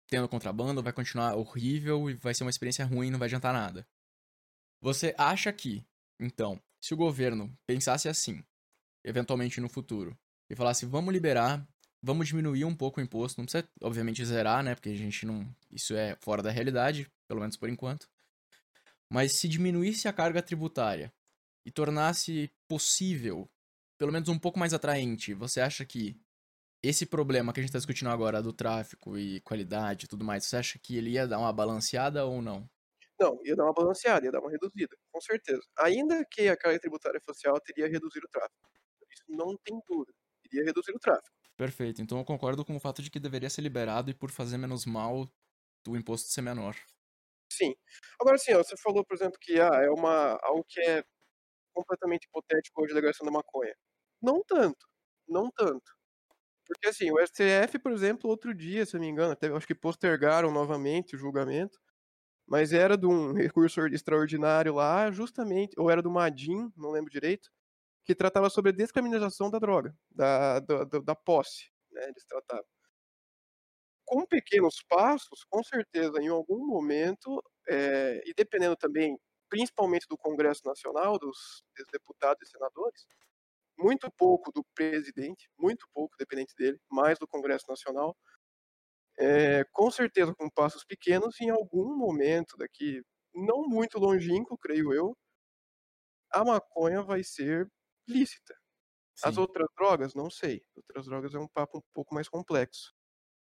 tendo contrabando, vai continuar horrível e vai ser uma experiência ruim, não vai adiantar nada. Você acha que, então, se o governo pensasse assim, eventualmente no futuro, e falasse, vamos liberar, vamos diminuir um pouco o imposto, não precisa, obviamente, zerar, né, porque a gente não, isso é fora da realidade, pelo menos por enquanto, mas se diminuísse a carga tributária e tornasse possível, pelo menos um pouco mais atraente, você acha que esse problema que a gente está discutindo agora do tráfico e qualidade e tudo mais, você acha que ele ia dar uma balanceada ou não? Não, ia dar uma balanceada, ia dar uma reduzida, com certeza. Ainda que a carga tributária social teria reduzido o tráfego. Isso não tem dúvida. Iria reduzir o tráfego. Perfeito, então eu concordo com o fato de que deveria ser liberado e por fazer menos mal, o imposto ser menor. Sim. Agora sim, ó, você falou, por exemplo, que ah, é uma, algo que é completamente hipotético hoje a legalização da maconha. Não tanto. Não tanto. Porque assim, o S T F, por exemplo, outro dia, se eu não me engano, até acho que postergaram novamente o julgamento, mas era de um recurso extraordinário lá, justamente, ou era do Madin, não lembro direito, que tratava sobre a descriminalização da droga, da, da, da, da posse, né, eles tratavam. Com pequenos passos, com certeza, em algum momento, é, e dependendo também, principalmente do Congresso Nacional, dos, dos deputados e senadores, muito pouco do presidente, muito pouco, dependente dele, mais do Congresso Nacional, é, com certeza com passos pequenos, em algum momento daqui, não muito longínquo, creio eu, a maconha vai ser lícita. As Sim. outras drogas, não sei. Outras drogas é um papo um pouco mais complexo.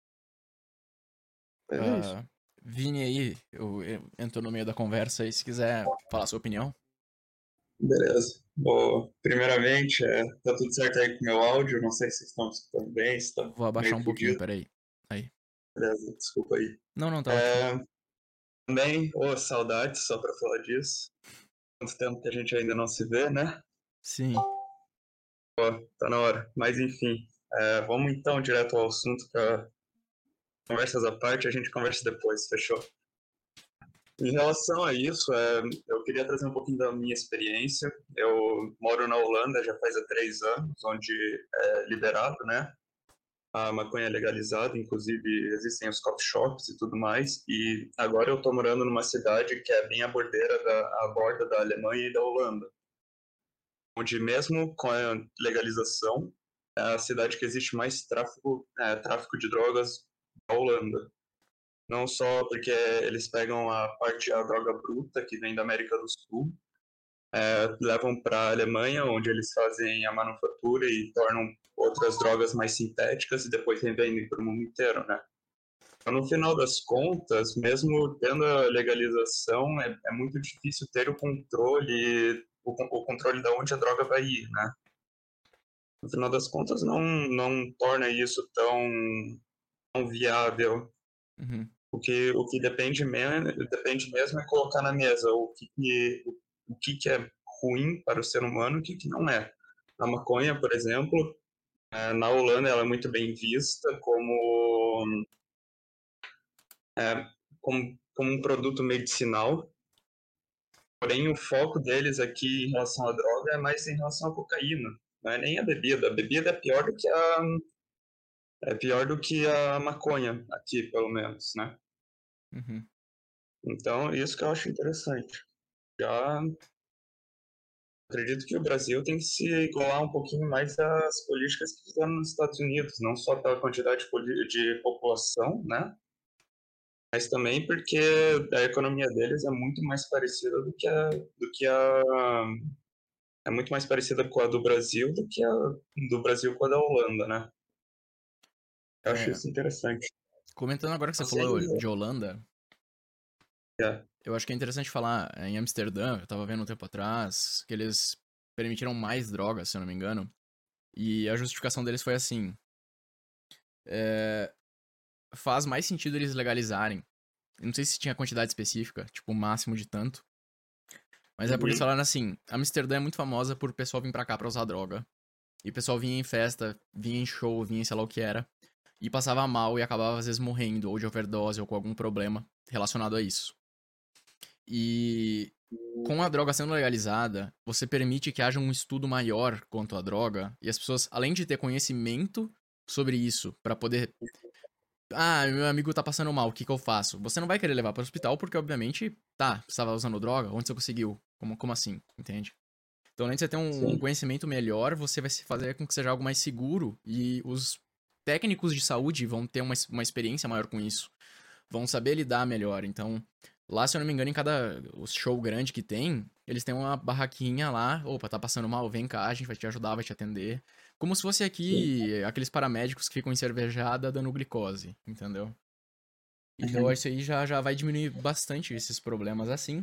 Mas é isso. Uh, Vini aí, eu, eu entro no meio da conversa aí, se quiser falar sua opinião. Beleza. Bom, primeiramente, é, tá tudo certo aí com o meu áudio? Não sei se vocês estão escutando bem, se tá Vou abaixar meio um pouquinho, fodido. peraí. Aí. Beleza, desculpa aí. Não, não, tá ótimo. É, também, ô, saudades, só pra falar disso. Quanto tempo que a gente ainda não se vê, né? Sim. Pô, tá na hora. Mas enfim, é, vamos então direto ao assunto, pra conversas à parte, a gente conversa depois, fechou? Em relação a isso, é, eu queria trazer um pouquinho da minha experiência. Eu moro na Holanda já faz há três anos, onde é liberado, né? A maconha é legalizada, inclusive existem os coffee shops e tudo mais. E agora eu estou morando numa cidade que é bem à bordeira da, à borda da Alemanha e da Holanda, onde mesmo com a legalização é a cidade que existe mais tráfico, é, tráfico de drogas da Holanda. Não só porque eles pegam a parte da droga bruta que vem da América do Sul, é, levam para a Alemanha, onde eles fazem a manufatura e tornam outras drogas mais sintéticas e depois revendem para o mundo inteiro, né? Então, no final das contas, mesmo tendo a legalização, é, é muito difícil ter o controle, o, o controle de onde a droga vai ir, né? No final das contas, não, não torna isso tão, tão viável. Uhum. O que, o que depende, mesmo, depende mesmo é colocar na mesa o que, que, o que, que é ruim para o ser humano e o que, que não é. A maconha, por exemplo, na Holanda ela é muito bem vista como, é, como, como um produto medicinal, porém o foco deles aqui em relação à droga é mais em relação à cocaína, não é nem a bebida. A bebida é pior do que a, é pior do que a maconha aqui, pelo menos, né? Uhum. Então, isso que eu acho interessante. Já acredito que o Brasil tem que se igualar um pouquinho mais às políticas que fizeram nos Estados Unidos, não só pela quantidade de, de população, né? Mas também porque a economia deles é muito mais parecida do que a, do que a é muito mais parecida com a do Brasil do que a do Brasil com a da Holanda, né? Eu acho É, isso interessante. comentando agora que você Não sei, falou de Holanda, é. eu acho que é interessante falar, é, em Amsterdã, eu tava vendo um tempo atrás, que eles permitiram mais drogas, se eu não me engano, e a justificação deles foi assim, é, faz mais sentido eles legalizarem. Não sei se tinha quantidade específica, tipo, o máximo de tanto, mas é porque eles Uhum. falaram assim, Amsterdã é muito famosa por o pessoal vir pra cá pra usar droga, e o pessoal vinha em festa, vinha em show, vinha em sei lá o que era, e passava mal e acabava às vezes morrendo, ou de overdose, ou com algum problema relacionado a isso. E com a droga sendo legalizada, você permite que haja um estudo maior quanto à droga, e as pessoas, além de ter conhecimento sobre isso, pra poder Ah, meu amigo tá passando mal, o que que eu faço? Você não vai querer levar para o hospital porque, obviamente, tá, você estava usando droga, onde você conseguiu? Como, como assim? Entende? Então, além de você ter um, um Sim. conhecimento melhor, você vai se fazer com que seja algo mais seguro e os técnicos de saúde vão ter uma, es- uma experiência maior com isso. Vão saber lidar melhor. Então, lá, se eu não me engano, em cada o show grande que tem, eles têm uma barraquinha lá. Opa, tá passando mal, vem cá, a gente vai te ajudar, vai te atender. Como se fosse Sim. aqui aqueles paramédicos que ficam em cervejada dando glicose, entendeu? Então, Uhum. isso aí já, já vai diminuir bastante esses problemas assim.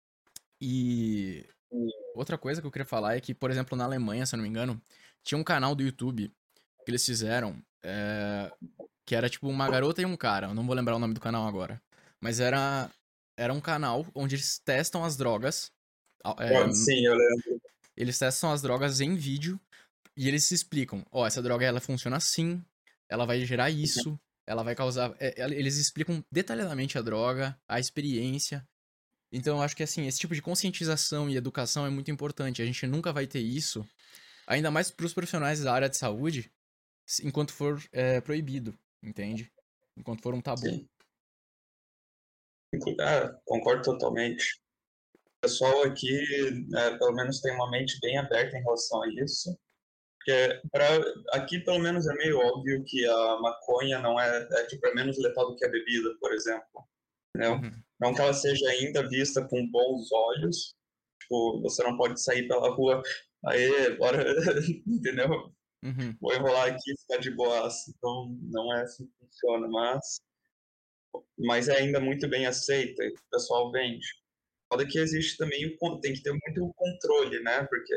E outra coisa que eu queria falar é que, por exemplo, na Alemanha, se eu não me engano, tinha um canal do YouTube que eles fizeram, é, que era tipo uma garota e um cara. Eu não vou lembrar o nome do canal agora. Mas era, era um canal onde eles testam as drogas. a- é, Pode sim, eu lembro. eles testam as drogas em vídeo e eles explicam: ó, essa droga ela funciona assim, ela vai gerar isso, ela vai causar. é, ela- eles explicam detalhadamente a droga, a experiência. Então eu acho que assim, esse tipo de conscientização e educação é muito importante. A gente nunca vai ter isso, ainda mais para os profissionais da área de saúde, se- enquanto for é, proibido, entende? Enquanto for um tabu. Sim. Inclu- Ah, concordo totalmente. O pessoal aqui, é, pelo menos, tem uma mente bem aberta em relação a isso. Porque pra, aqui, pelo menos, é meio óbvio que a maconha não é, é, tipo, é menos letal do que a bebida, por exemplo. Entendeu? Uhum, Não que ela seja ainda vista com bons olhos. Tipo, você não pode sair pela rua, aí, bora, entendeu? uhum. Vou enrolar aqui e ficar de boas. Então, não é assim que funciona, mas, mas é ainda muito bem aceita e o pessoal vende. Foda que existe também, o con- tem que ter muito controle, né? Porque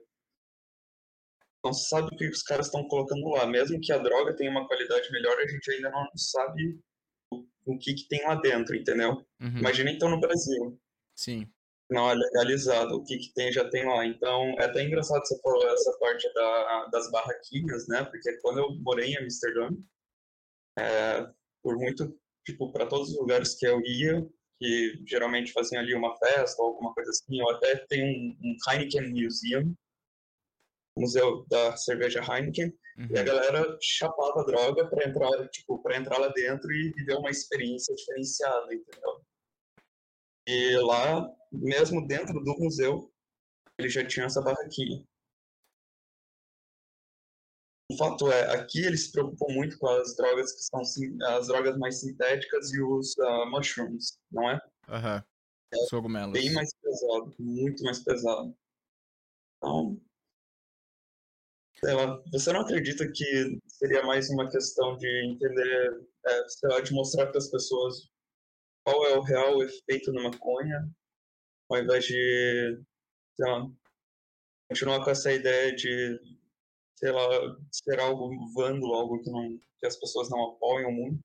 não se sabe o que os caras estão colocando lá. Mesmo que a droga tenha uma qualidade melhor, a gente ainda não sabe o que, que tem lá dentro, entendeu? Uhum, Imagina então no Brasil, sim. não é legalizado, o que, que tem já tem lá. Então é até engraçado você falar essa parte da, das barraquinhas, né? Porque quando eu morei em Amsterdã, por muito, tipo, para todos os lugares que eu ia, que geralmente faziam ali uma festa ou alguma coisa assim, eu até tenho um, um Heineken Museum, museu da cerveja Heineken, e a Uhum. galera chapava droga para entrar, tipo, para entrar lá dentro e viver uma experiência diferenciada, entendeu? E lá, mesmo dentro do museu, ele já tinha essa barraquinha. O fato é, aqui eles se preocupam muito com as drogas que são sim- as drogas mais sintéticas e os uh, mushrooms, não é? Aham. Os Bem cogumelos. mais pesado, muito mais pesado. Então, sei lá, você não acredita que seria mais uma questão de entender, é, sei lá, de mostrar para as pessoas qual é o real efeito na maconha, ao invés de, sei lá, continuar com essa ideia de, sei lá, ser algo vândalo, algo que, não, que as pessoas não apoiam muito?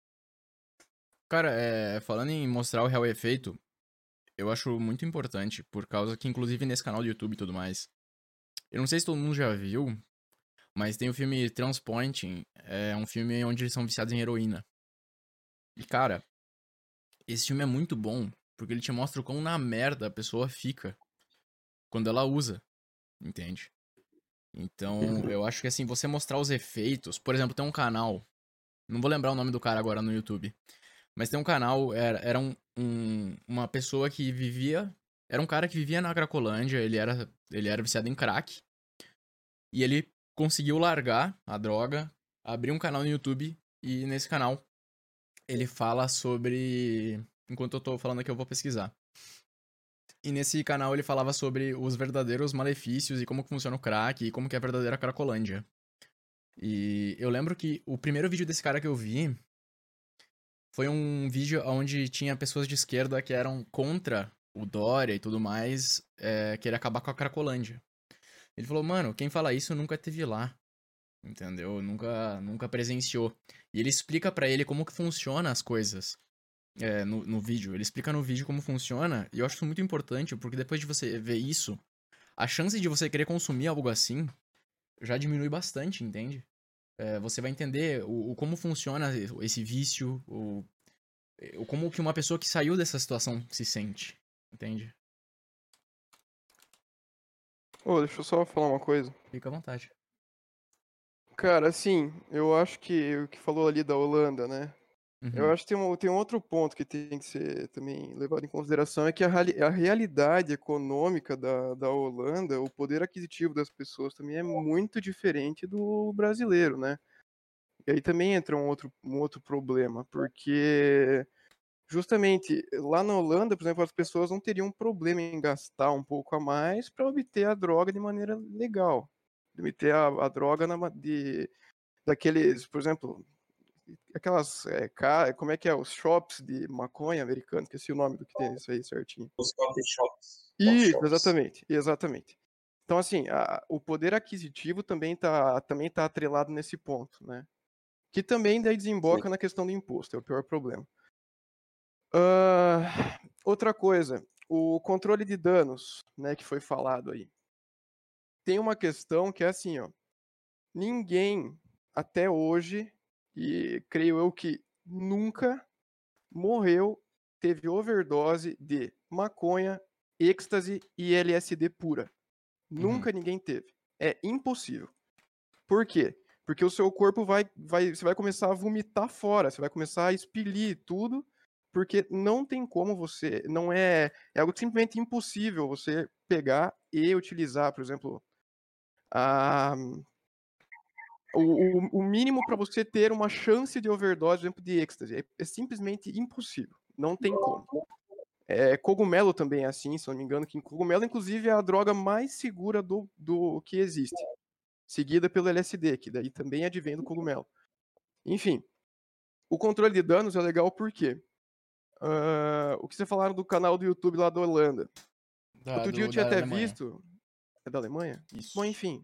Cara, é, falando em mostrar o real efeito, eu acho muito importante, por causa que, inclusive, nesse canal do YouTube e tudo mais, eu não sei se todo mundo já viu, mas tem o filme Transpointing, é um filme onde eles são viciados em heroína. E, cara, esse filme é muito bom, porque ele te mostra o quão na merda a pessoa fica quando ela usa, entende? Então, eu acho que assim, você mostrar os efeitos, por exemplo, tem um canal, não vou lembrar o nome do cara agora no YouTube, mas tem um canal, era, era um, um- uma pessoa que vivia, era um cara que vivia na Cracolândia, ele era, ele era viciado em crack, e ele conseguiu largar a droga, abrir um canal no YouTube, e nesse canal ele fala sobre, enquanto eu tô falando aqui eu vou pesquisar. E nesse canal ele falava sobre os verdadeiros malefícios e como que funciona o crack e como que é a verdadeira Cracolândia. E eu lembro que o primeiro vídeo desse cara que eu vi foi um vídeo onde tinha pessoas de esquerda que eram contra o Dória e tudo mais, é, querer acabar com a Cracolândia. Ele falou, mano, quem fala isso nunca teve lá, entendeu? Nunca, nunca presenciou. E ele explica pra ele como que funciona as coisas é, no, no vídeo. Ele explica no vídeo como funciona, e eu acho isso muito importante, porque depois de você ver isso, a chance de você querer consumir algo assim já diminui bastante, entende? É, você vai entender o, o como funciona esse vício, o, o como que uma pessoa que saiu dessa situação se sente, entende? Ô, deixa eu só falar uma coisa. Fica à vontade. Cara, assim, eu acho que o que falou ali da Holanda, né? Eu Uhum. acho que tem um, tem um outro ponto que tem que ser também levado em consideração, é que a, reali- a realidade econômica da, da Holanda, o poder aquisitivo das pessoas também é muito diferente do brasileiro, né? E aí também entra um outro, um outro problema, porque justamente lá na Holanda, por exemplo, as pessoas não teriam problema em gastar um pouco a mais para obter a droga de maneira legal. Obter a, a droga na, ma- de, daqueles, por exemplo, aquelas, é, ca- como é que é, os shops de maconha americanos, esqueci o nome do que tem isso aí certinho. Os coffee shops. Coffee Isso, shops. exatamente, exatamente. Então, assim, a- o poder aquisitivo também tá, também tá atrelado nesse ponto, né? Que também daí desemboca na questão do imposto, é o pior problema. Ah, outra coisa, o controle de danos, né, que foi falado aí. Tem uma questão que é assim, ó. Ninguém até hoje, e creio eu que nunca morreu, teve overdose de maconha, êxtase e L S D pura. Uhum. Nunca ninguém teve. É impossível. Por quê? Porque o seu corpo vai, vai, você vai começar a vomitar fora, você vai começar a expelir tudo, porque não tem como você, não é, é algo simplesmente impossível você pegar e utilizar, por exemplo, a, o, o, o mínimo para você ter uma chance de overdose, por exemplo, de êxtase. É, é simplesmente impossível. Não tem como. É, cogumelo também é assim, se não me engano, que cogumelo, inclusive, é a droga mais segura do, do que existe. Seguida pelo L S D, que daí também advém do cogumelo. Enfim, o controle de danos é legal porque uh, o que você falaram do canal do YouTube lá da Holanda. Da, Outro dia eu do, tinha da até Alemanha. visto. É da Alemanha? Isso. Bom, enfim.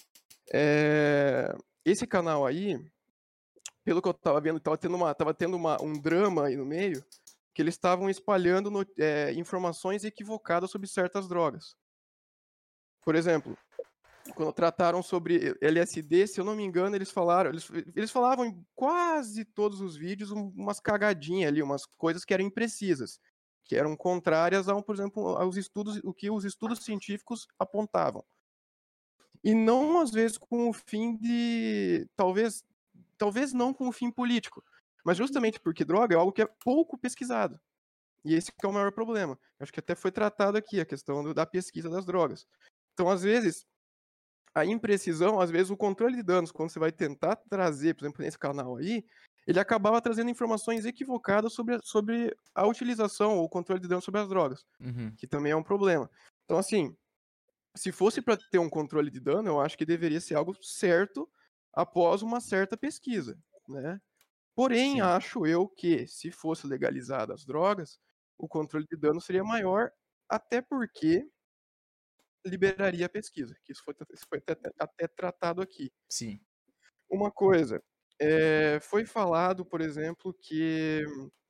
É, esse canal aí, pelo que eu tava vendo, tava tendo, uma, tava tendo uma, um drama aí no meio, que eles estavam espalhando no, é, informações equivocadas sobre certas drogas. Por exemplo, quando trataram sobre L S D, se eu não me engano, eles falaram, eles, eles falavam em quase todos os vídeos umas cagadinhas ali, umas coisas que eram imprecisas, que eram contrárias ao, por exemplo, aos estudos, o que os estudos científicos apontavam. E não às vezes com o fim de, talvez, talvez não com o fim político, mas justamente porque droga é algo que é pouco pesquisado. E esse que é o maior problema. Acho que até foi tratado aqui a questão do, da pesquisa das drogas. Então, às vezes, a imprecisão, às vezes o controle de danos, quando você vai tentar trazer, por exemplo, nesse canal aí, ele acabava trazendo informações equivocadas sobre, sobre a utilização ou o controle de danos sobre as drogas, Uhum. que também é um problema. Então, assim, se fosse para ter um controle de dano, eu acho que deveria ser algo certo após uma certa pesquisa, né? Porém, Sim. acho eu que se fosse legalizadas as drogas, o controle de dano seria maior, até porque liberaria a pesquisa, que isso foi, isso foi até, até tratado aqui. Sim. Uma coisa, é, foi falado, por exemplo, que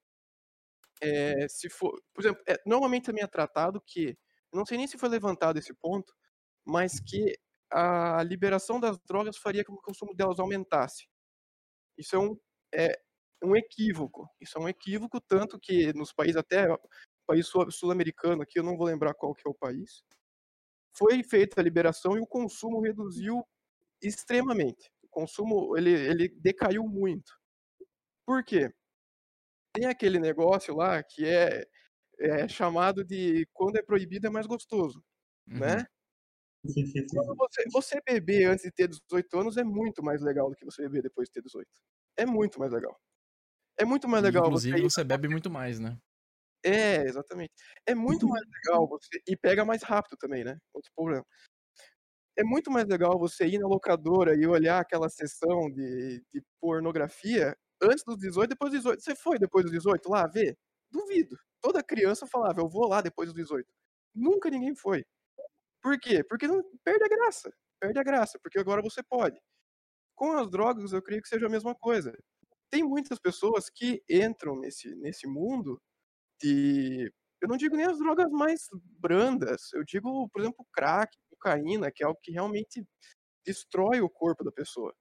é, se for, por exemplo, é, normalmente também é tratado que, não sei nem se foi levantado esse ponto, mas que a liberação das drogas faria com que o consumo delas aumentasse. Isso é um, é um equívoco. Isso é um equívoco, tanto que nos países, até país sul-americano aqui, eu não vou lembrar qual que é o país, foi feita a liberação e o consumo reduziu extremamente. O consumo, ele, ele decaiu muito. Por quê? Tem aquele negócio lá que é, é chamado de quando é proibido é mais gostoso, Uhum. né? Quando você, você beber antes de ter dezoito anos é muito mais legal do que você beber depois de ter dezoito. É muito mais legal. É muito mais E, legal você inclusive, ir... você bebe muito mais, né? É, exatamente. É muito mais legal você... E pega mais rápido também, né? Outro problema. É muito mais legal você ir na locadora e olhar aquela sessão de, de pornografia antes dos dezoito, depois dos dezoito. Você foi depois dos dezoito lá ver? Duvido. Toda criança falava, eu vou lá depois dos dezoito. Nunca ninguém foi. Por quê? Porque não perde a graça. Perde a graça, porque agora você pode. Com as drogas, eu creio que seja a mesma coisa. Tem muitas pessoas que entram nesse, nesse mundo de... Eu não digo nem as drogas mais brandas. Eu digo, por exemplo, crack, cocaína, que é algo que realmente destrói o corpo da pessoa.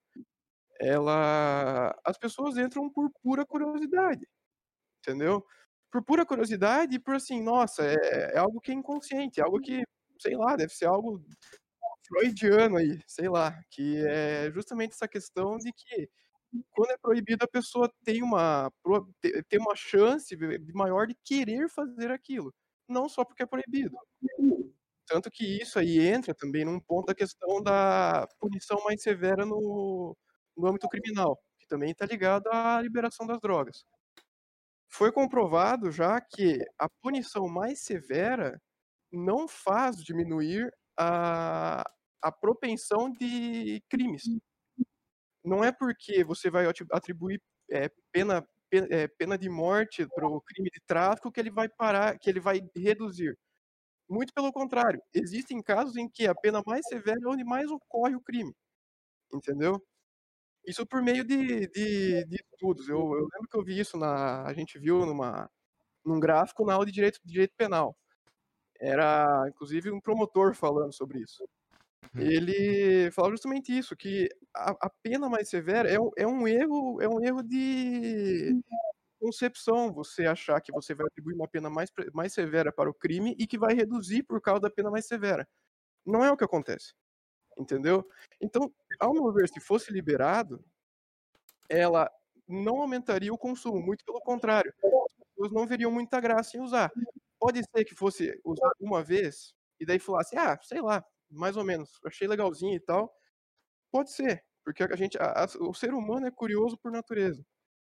Ela... As pessoas entram por pura curiosidade, entendeu? Por pura curiosidade e por assim, nossa, é, é algo que é inconsciente, é algo que, sei lá, deve ser algo freudiano aí, sei lá, que é justamente essa questão de que quando é proibido a pessoa tem uma pro te tem uma chance maior de querer fazer aquilo, não só porque é proibido. Tanto que isso aí entra também num ponto da questão da punição mais severa no no âmbito criminal, que também está ligado à liberação das drogas. Foi comprovado já que a punição mais severa não faz diminuir a a propensão de crimes. Não é porque você vai ati atribuir, eh, pena pe eh, pena de morte para o crime de tráfico que ele vai parar que ele vai reduzir. Muito pelo contrário, existem casos em que a pena mais severa é onde mais ocorre o crime, entendeu? Isso por meio de de de estudos. Eu eu lembro que eu vi isso na a gente viu numa num gráfico na aula de direito direito penal. Era inclusive um promotor falando sobre isso. Hum. Ele falava justamente isso, que a a pena mais severa é um é um erro é um erro de concepção, você achar que você vai atribuir uma pena mais pre mais severa para o crime e que vai reduzir por causa da pena mais severa. Não é o que acontece, entendeu? Então, ao meu ver, se fosse liberado, ela não aumentaria o consumo, muito pelo contrário, as pessoas não veriam muita graça em usar. Pode ser que fosse usado uma vez, e daí falasse: "Ah, sei lá, mais ou menos, achei legalzinho e tal". Pode ser, porque a gente a a o ser humano é curioso por natureza.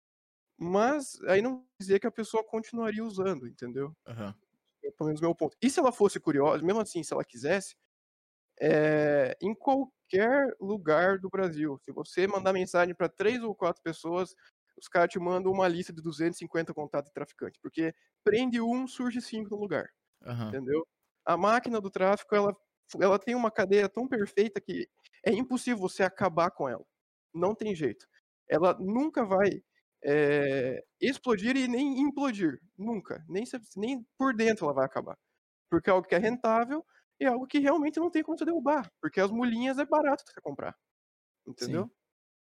Mas aí não quer dizer que a pessoa continuaria usando, entendeu? Aham. É pelo menos o meu ponto. E se ela fosse curiosa, mesmo assim, se ela quisesse, eh, em qualquer lugar do Brasil, se você mandar mensagem para três ou quatro pessoas, os caras te mandam uma lista de duzentos e cinquenta contatos de traficante, porque prende um, surge cinco no lugar, Aham. entendeu? A máquina do tráfico, ela ela tem uma cadeia tão perfeita que é impossível você acabar com ela. Não tem jeito. Ela nunca vai, eh, explodir e nem implodir, nunca. Nem se nem por dentro ela vai acabar. Porque é algo que é rentável e é algo que realmente não tem como você derrubar, porque as mulinhas é barato de você comprar, Sim. entendeu?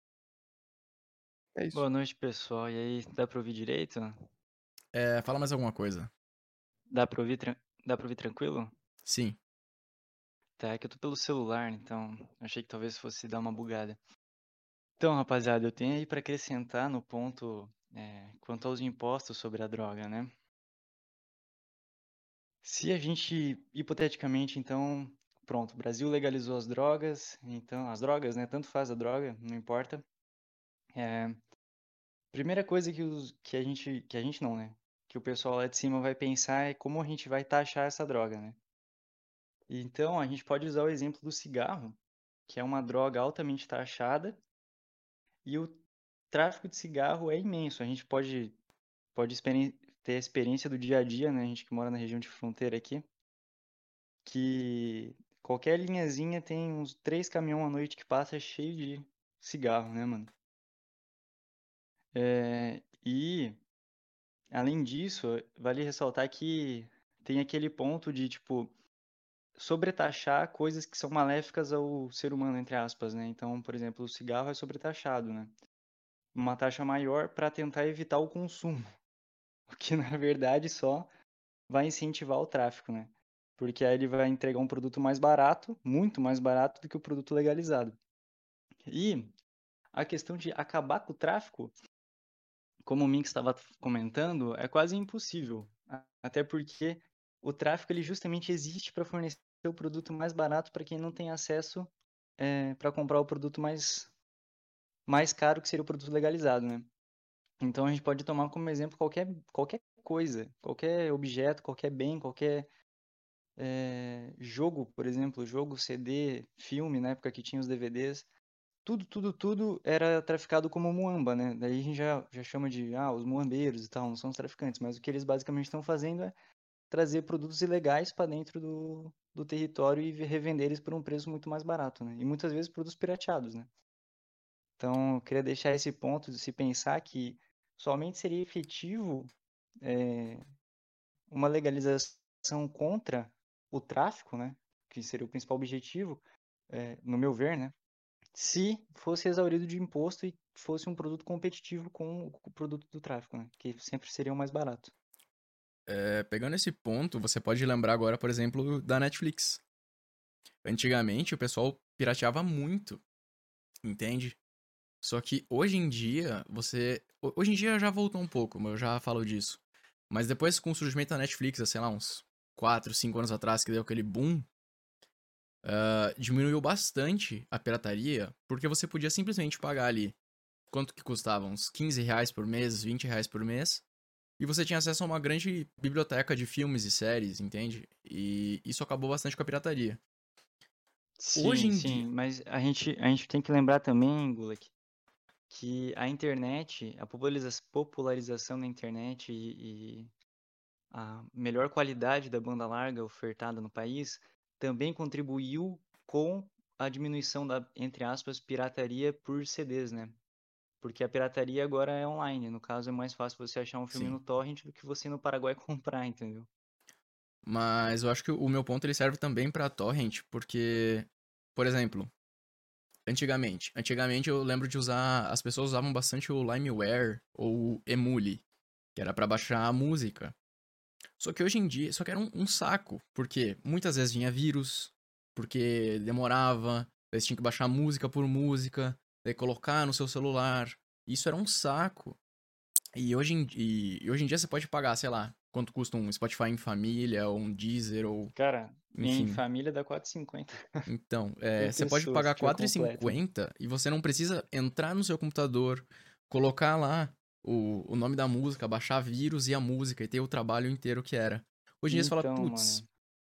É isso. Boa noite, pessoal. E aí, dá pra ouvir direito? É, fala mais alguma coisa. Dá pra ouvir, tran- dá pra ouvir tranquilo? Sim. Tá, é que eu tô pelo celular, então achei que talvez fosse dar uma bugada. Então, rapaziada, eu tenho aí pra acrescentar no ponto é, quanto aos impostos sobre a droga, né? Se a gente, hipoteticamente, então, pronto, o Brasil legalizou as drogas, então, as drogas, né? Tanto faz a droga, não importa. É, primeira coisa que, os, que a gente, que a gente não, né? Que o pessoal lá de cima vai pensar é como a gente vai taxar essa droga, né? Então, a gente pode usar o exemplo do cigarro, que é uma droga altamente taxada, e o tráfico de cigarro é imenso. A gente pode, pode experi- ter a experiência do dia a dia, né? A gente que mora na região de fronteira aqui, que qualquer linhazinha tem uns três caminhões à noite que passa cheio de cigarro, né, mano? É, e, além disso, vale ressaltar que tem aquele ponto de, tipo, sobretaxar coisas que são maléficas ao ser humano, entre aspas, né? Então, por exemplo, o cigarro é sobretaxado, né? Uma taxa maior para tentar evitar o consumo, o que na verdade só vai incentivar o tráfico, né? Porque aí ele vai entregar um produto mais barato, muito mais barato do que o produto legalizado. E a questão de acabar com o tráfico, como o Mink estava comentando, é quase impossível. Até porque o tráfico ele justamente existe para fornecer o produto mais barato para quem não tem acesso é, para comprar o produto mais, mais caro, que seria o produto legalizado, né? Então a gente pode tomar como exemplo qualquer, qualquer coisa, qualquer objeto, qualquer bem, qualquer é, jogo, por exemplo, jogo, C D, filme, na época que tinha os D V Ds. Tudo, tudo, tudo era traficado como muamba, né? Daí a gente já, já chama de, ah, os muambeiros e tal, não são os traficantes, mas o que eles basicamente estão fazendo é trazer produtos ilegais para dentro do, do território e revender eles por um preço muito mais barato, né? E muitas vezes produtos pirateados, né? Então, eu queria deixar esse ponto de se pensar que somente seria efetivo é, uma legalização contra o tráfico, né? Que seria o principal objetivo, é, no meu ver, né? Se fosse exaurido de imposto e fosse um produto competitivo com o produto do tráfico, né? Que sempre seria o mais barato. É, pegando esse ponto, você pode lembrar agora, por exemplo, da Netflix. Antigamente o pessoal pirateava muito, entende? Só que hoje em dia, você. ho- Hoje em dia já voltou um pouco, mas eu já falo disso. Mas depois com o surgimento da Netflix, há, sei lá, uns quatro, cinco anos atrás, que deu aquele boom, ah, diminuiu bastante a pirataria, porque você podia simplesmente pagar ali quanto que custava? Uns quinze reais por mês, vinte reais por mês. E você tinha acesso a uma grande biblioteca de filmes e séries, entende? E isso acabou bastante com a pirataria. Hoje Sim, em dia. sim, mas a gente, a gente tem que lembrar também, Gulak, que a internet, a populariza- popularização da internet e, e a melhor qualidade da banda larga ofertada no país também contribuiu com a diminuição da, entre aspas, pirataria por C Ds, né? Porque a pirataria agora é online. No caso, é mais fácil você achar um filme Sim. no torrent do que você ir no Paraguai comprar, entendeu? Mas eu acho que o meu ponto ele serve também pra torrent, porque, por exemplo, antigamente, antigamente eu lembro de usar, as pessoas usavam bastante o LimeWare ou o Emule, que era pra baixar a música. Só que hoje em dia, só que era um, um saco, porque muitas vezes vinha vírus, porque demorava, daí você tinha que baixar música por música, daí colocar no seu celular. Isso era um saco. E hoje em, e, e hoje em dia você pode pagar, sei lá, quanto custa um Spotify em família, ou um Deezer, ou Cara, em enfim. família dá quatro e cinquenta Então, por é, você pode pessoa, se pagar tiver quatro e completo, né? cinquenta e você não precisa entrar no seu computador, colocar lá o, o nome da música, baixar vírus e a música e ter o trabalho inteiro que era. Hoje em dia você fala, Então, putz. mano,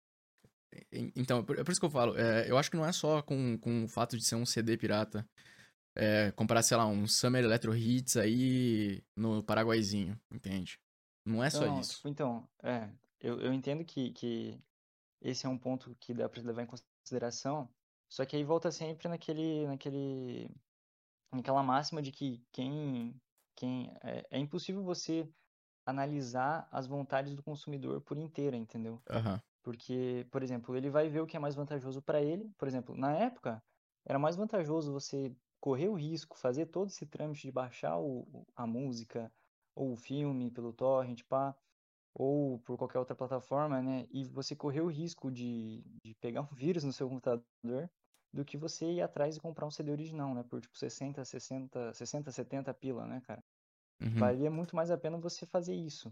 en- Então, é por é por isso que eu falo, é, eu acho que não é só com, com o fato de ser um C D pirata. É, comprar, sei lá, um Summer Electro Hits aí no Paraguaizinho, entende? Não é não, só não, isso. tipo, então, é, eu, eu entendo que, que esse é um ponto que dá pra levar em consideração, só que aí volta sempre naquele, naquele, naquela máxima de que quem, quem, é, é impossível você analisar as vontades do consumidor por inteira, entendeu? Aham. Porque, por exemplo, ele vai ver o que é mais vantajoso para ele. Por exemplo, na época, era mais vantajoso você correr o risco, fazer todo esse trâmite de baixar o, o- a música ou o filme pelo torrent, pá, ou por qualquer outra plataforma, né? E você correr o risco de, de pegar um vírus no seu computador do que você ir atrás e comprar um C D original, né? Por tipo sessenta, sessenta, sessenta, setenta pila, né, cara? Uhum. Valia muito mais a pena você fazer isso.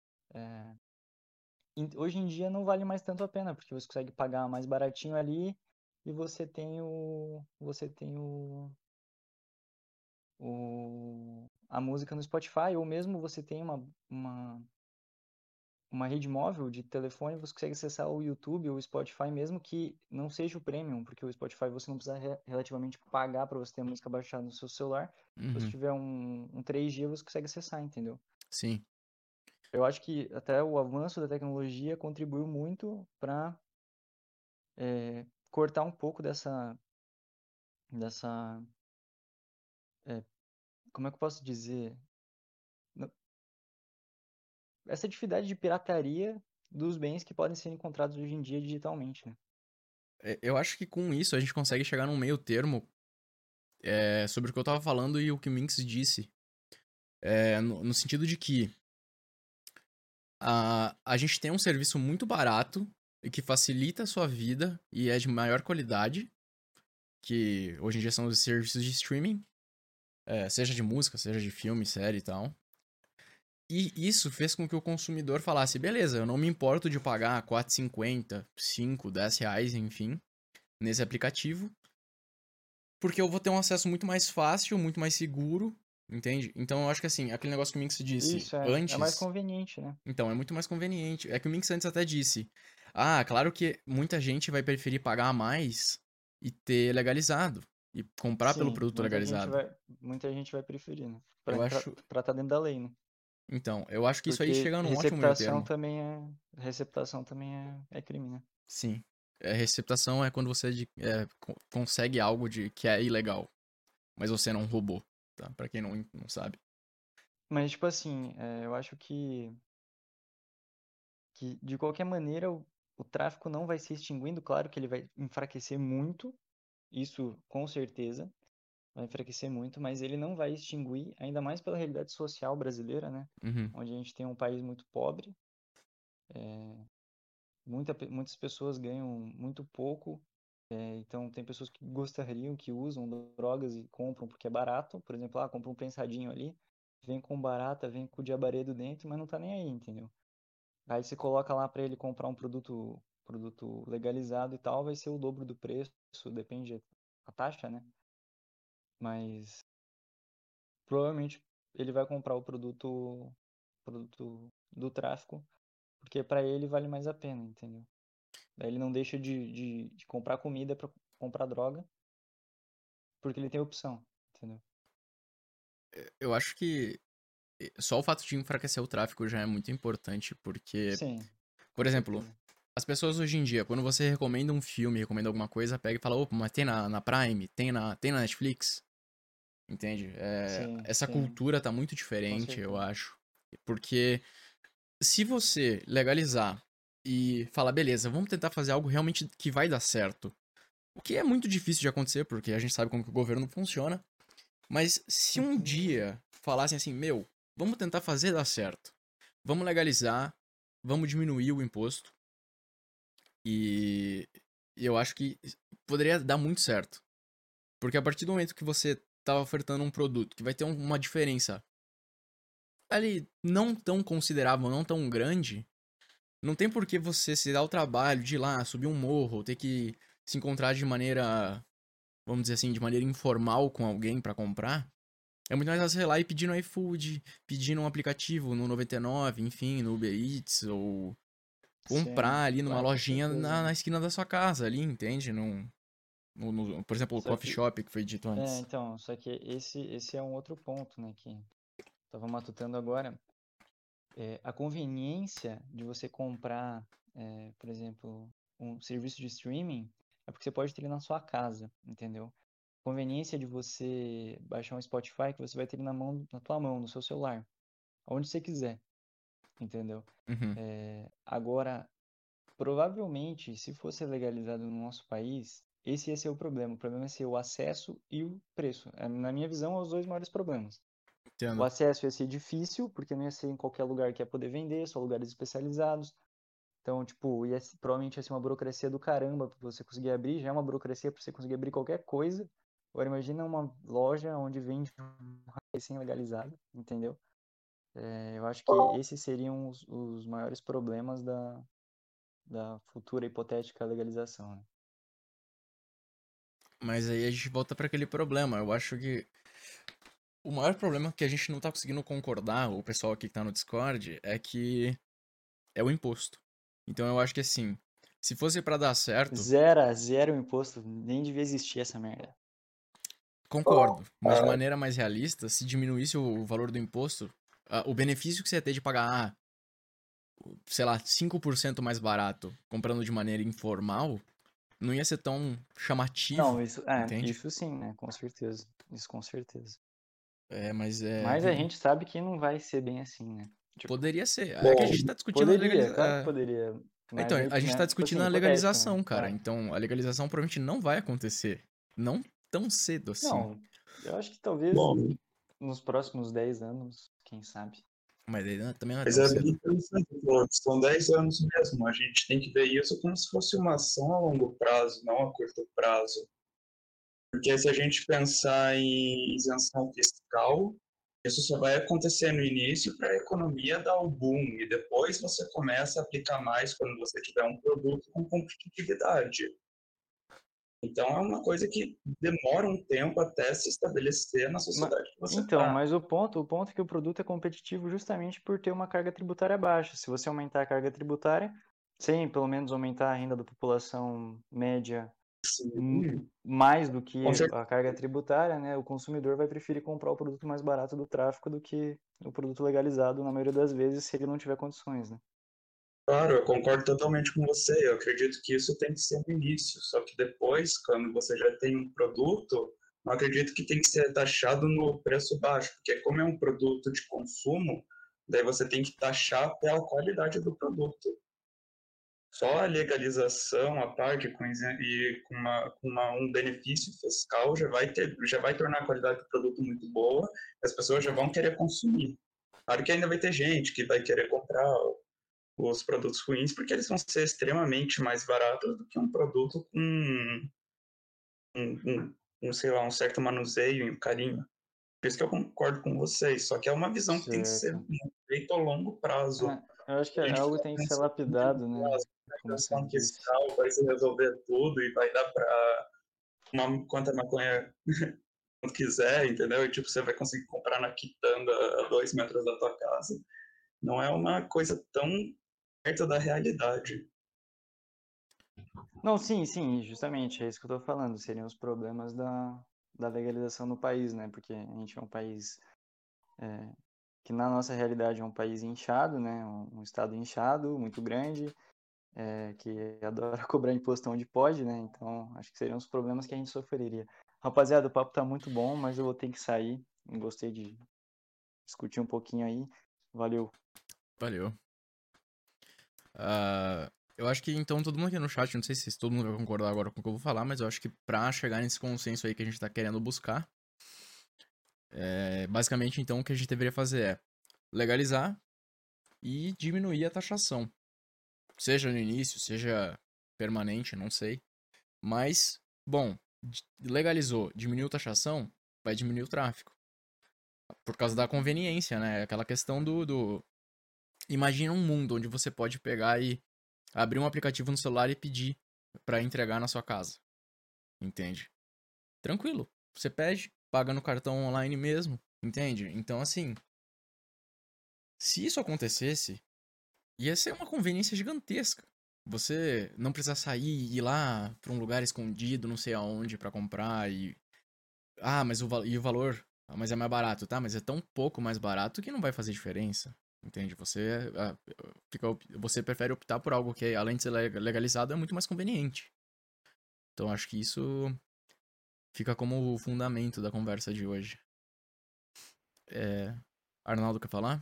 em- Hoje em dia não vale mais tanto a pena, porque você consegue pagar mais baratinho ali e você tem o, você tem o, o, a música no Spotify, ou mesmo você tem uma, uma, uma rede móvel de telefone, você consegue acessar o YouTube ou o Spotify, mesmo que não seja o Premium, porque o Spotify você não precisa re- relativamente pagar para você ter a música baixada no seu celular. Se você Uhum. tiver um, um três G, você consegue acessar, entendeu? Sim. Eu acho que até o avanço da tecnologia contribuiu muito para é, cortar um pouco dessa, dessa, é, como é que eu posso dizer? N- Essa atividade de pirataria dos bens que podem ser encontrados hoje em dia digitalmente, né? É, Eu acho que com isso a gente consegue chegar num meio termo é, sobre o que eu tava falando e o que o Minx disse. É, no, no sentido de que a, a gente tem um serviço muito barato e que facilita a sua vida e é de maior qualidade, que hoje em dia são os serviços de streaming, é, seja de música, seja de filme, série e tal. E isso fez com que o consumidor falasse, beleza, eu não me importo de pagar quatro e cinquenta, cinco, dez reais, enfim, nesse aplicativo, porque eu vou ter um acesso muito mais fácil, muito mais seguro, entende? Então eu acho que assim, aquele negócio que o Minx disse Isso é, é mais antes, conveniente, né? então é muito mais conveniente. É que o Minx antes até disse, ah, claro que muita gente vai preferir pagar mais e ter legalizado, e comprar pelo Sim, produto muita gente legalizado. vai, muita gente vai preferir, né? Eu Pra entrar, acho, pra estar dentro da lei, né? então, eu acho que isso aí Porque chega num ótimo meio receptação termo. também é, receptação também é, é crime, né? Sim. É, receptação é quando você de- é, co- consegue algo de que é ilegal, mas você não roubou, tá? Pra quem não, não sabe. Mas, tipo assim, é, eu acho que, que de qualquer maneira o, o tráfico não vai se extinguindo. Claro que ele vai enfraquecer muito, isso com certeza vai enfraquecer muito, mas ele não vai extinguir, ainda mais pela realidade social brasileira, né? Uhum. Onde a gente tem um país muito pobre, muita, pe- muitas pessoas ganham muito pouco É, então, tem pessoas que gostariam, que usam drogas e compram porque é barato. Por exemplo, ah, compra um prensadinho ali, vem com barata, vem com o diabaredo dentro, mas não tá nem aí, entendeu? Aí você coloca lá para ele comprar um produto, produto legalizado e tal, vai ser o dobro do preço, depende a taxa, né? Mas provavelmente ele vai comprar o produto, produto do tráfico, porque para ele vale mais a pena, entendeu? Daí ele não deixa de, de, de comprar comida para comprar droga, porque ele tem opção, entendeu? Eu acho que só o fato de enfraquecer o tráfico já é muito importante, porque, Sim, por com exemplo, certeza. as pessoas hoje em dia, quando você recomenda um filme, recomenda alguma coisa, pega e fala, opa, mas tem na, na Prime, tem na, tem na Netflix, entende? É, Sim, essa sim, cultura tá muito com diferente, eu certeza. acho. Porque se você legalizar e falar, beleza, vamos tentar fazer algo realmente que vai dar certo, o que é muito difícil de acontecer, porque a gente sabe como que o governo funciona, mas se um dia falassem assim, meu, vamos tentar fazer dar certo, vamos legalizar, vamos diminuir o imposto, e e eu acho que poderia dar muito certo. Porque a partir do momento que você tá ofertando um produto que vai ter um- uma diferença ali não tão considerável, não tão grande, não tem por que você se dar o trabalho de ir lá, subir um morro, ter que se encontrar de maneira, vamos dizer assim, de maneira informal com alguém pra comprar. É muito mais fácil, sei lá, ir pedir no iFood, pedir num aplicativo, no noventa e nove, enfim, no Uber Eats, ou Sim, comprar ali numa ah, com lojinha certeza. na, na esquina da sua casa ali, entende? Num, no, no- por exemplo, o Só coffee que, shop que foi dito é, antes. então, só que esse, esse é um outro ponto, né, que tava matutando agora. É, a conveniência de você comprar, é, por exemplo, um serviço de streaming é porque você pode ter ele na sua casa, entendeu? Conveniência de você baixar um Spotify que você vai ter ele na mão, na tua mão, no seu celular, onde você quiser, entendeu? Uhum, É, agora, provavelmente, se fosse legalizado no nosso país, esse ia ser o problema. O problema ia ser o acesso e o preço. É, na minha visão, são os dois maiores problemas. O entendo. acesso ia ser difícil, porque não ia ser em qualquer lugar que ia poder vender, só lugares especializados. Então, tipo, ia, provavelmente ia ser uma burocracia do caramba pra você conseguir abrir. Já é uma burocracia pra você conseguir abrir qualquer coisa. Agora, imagina uma loja onde vende um recém-legalizado, entendeu? É, eu acho que esses seriam os, os maiores problemas da, da futura hipotética legalização, né? Mas aí a gente volta pra aquele problema. Eu acho que o maior problema que a gente não tá conseguindo concordar, o pessoal aqui que tá no Discord, é que é o imposto. Então eu acho que assim, se fosse pra dar certo, Zero, zero imposto, nem devia existir essa merda. concordo. Mas de maneira mais realista, se diminuísse o valor do imposto, ah, o benefício que você ia ter de pagar, ah, sei lá, cinco por cento mais barato comprando de maneira informal, não ia ser tão chamativo, Não, isso, é, entende? isso sim, né? Com certeza. Isso com certeza. É, mas é. Mas a gente sabe que não vai ser bem assim, né? Tipo, Poderia ser. É que a Bom, gente tá discutindo a poderia, claro que legalização. poderia. Então, Mas aí, a gente tá né? Tipo discutindo assim, a hipotético, né? legalização, cara. Claro. Então, a legalização provavelmente não vai acontecer. Não tão cedo assim. Não, eu acho que talvez bom, nos próximos dez anos, quem sabe. Mas aí não- também não é mas tão é cedo. bem interessante, pô, são dez anos mesmo. A gente tem que ver isso como se fosse uma ação a longo prazo, não a curto prazo. Porque se a gente pensar em isenção fiscal, isso só vai acontecer no início para a economia dar o boom, e depois você começa a aplicar mais quando você tiver um produto com competitividade. Então é uma coisa que demora um tempo até se estabelecer na Ma- sociedade que você Então, está. mas o ponto, o ponto é que o produto é competitivo justamente por ter uma carga tributária baixa. Se você aumentar a carga tributária, sem pelo menos aumentar a renda da população média m- Sim, mais do que com certeza. a carga tributária, né, o consumidor vai preferir comprar o produto mais barato do tráfico do que o produto legalizado, na maioria das vezes, se ele não tiver condições, né? Claro, eu concordo totalmente com você. Eu acredito que isso tem que ser no início. Só que depois, quando você já tem um produto, eu acredito que tem que ser taxado no preço baixo, porque como é um produto de consumo, daí você tem que taxar pela qualidade do produto. Só a legalização, a parte com, isen- e com, uma, com uma, um benefício fiscal já vai ter, já vai tornar a qualidade do produto muito boa, as pessoas já vão querer consumir. Claro que ainda vai ter gente que vai querer comprar os produtos ruins, porque eles vão ser extremamente mais baratos do que um produto com um, um, um, sei lá, um certo manuseio e um carinho. Por isso que eu concordo com vocês, só que é uma visão que tem que ser Certo. feita a longo prazo. É, eu acho que A gente algo fica tem que ser pensando lapidado, muito, né? ah, Como você pensando que esse disse. carro vai se resolver tudo e vai dar pra uma quanta maconha quando quiser, entendeu? E tipo, você vai conseguir comprar na quitanda a dois metros da tua casa. Não é uma coisa tão perto da realidade. Não, sim, sim, justamente, é isso que eu tô falando. Seriam os problemas da, da legalização no país, né? Porque a gente é um país é, que, na nossa realidade, é um país inchado, né? Um, um estado inchado, muito grande, é, que adora cobrar imposto onde pode, né? Então, acho que seriam os problemas que a gente sofreria. Rapaziada, o papo tá muito bom, mas eu vou ter que sair. Gostei de discutir um pouquinho aí. Valeu. Valeu. Ah, eu acho que então todo mundo aqui no chat, não sei se todo mundo vai concordar agora com o que eu vou falar, mas eu acho que pra chegar nesse consenso aí que a gente tá querendo buscar, é, basicamente então o que a gente deveria fazer é legalizar e diminuir a taxação. Seja no início, seja permanente, não sei. Mas, bom, d- legalizou, diminuiu a taxação, vai diminuir o tráfico. Por causa da conveniência, né? Aquela questão do, do... Imagina um mundo onde você pode pegar e abrir um aplicativo no celular e pedir pra entregar na sua casa. Entende? Tranquilo. Você pede, paga no cartão online mesmo. Entende? Então, assim, se isso acontecesse, ia ser uma conveniência gigantesca. Você não precisar sair e ir lá pra um lugar escondido, não sei aonde, pra comprar e... Ah, mas o, val- e o valor? Ah, mas é mais barato, tá? Mas é tão pouco mais barato que não vai fazer diferença. Entende? Você, ah, fica, op- você prefere optar por algo que, além de ser leg- legalizado, é muito mais conveniente. Então acho que isso fica como o fundamento da conversa de hoje. É... Arnaldo quer falar?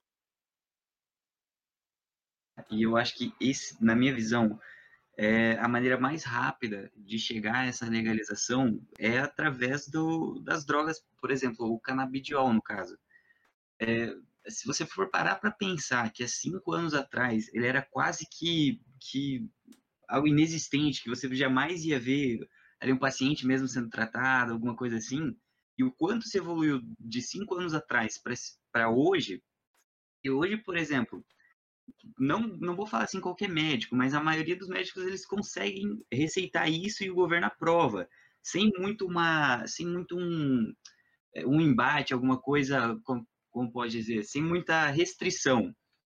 E eu acho que esse, na minha visão, é a maneira mais rápida de chegar a essa legalização é através do, das drogas, por exemplo, o canabidiol, no caso. É, se você for parar para pensar que há cinco anos atrás ele era quase que, que algo inexistente, que você jamais ia ver ali um paciente mesmo sendo tratado, alguma coisa assim, e o quanto se evoluiu de cinco anos atrás para hoje, e hoje, por exemplo, não, não vou falar assim qualquer médico, mas a maioria dos médicos eles conseguem receitar isso e o governo aprova, sem muito uma, sem muito um, um embate, alguma coisa, como, como pode dizer, sem muita restrição.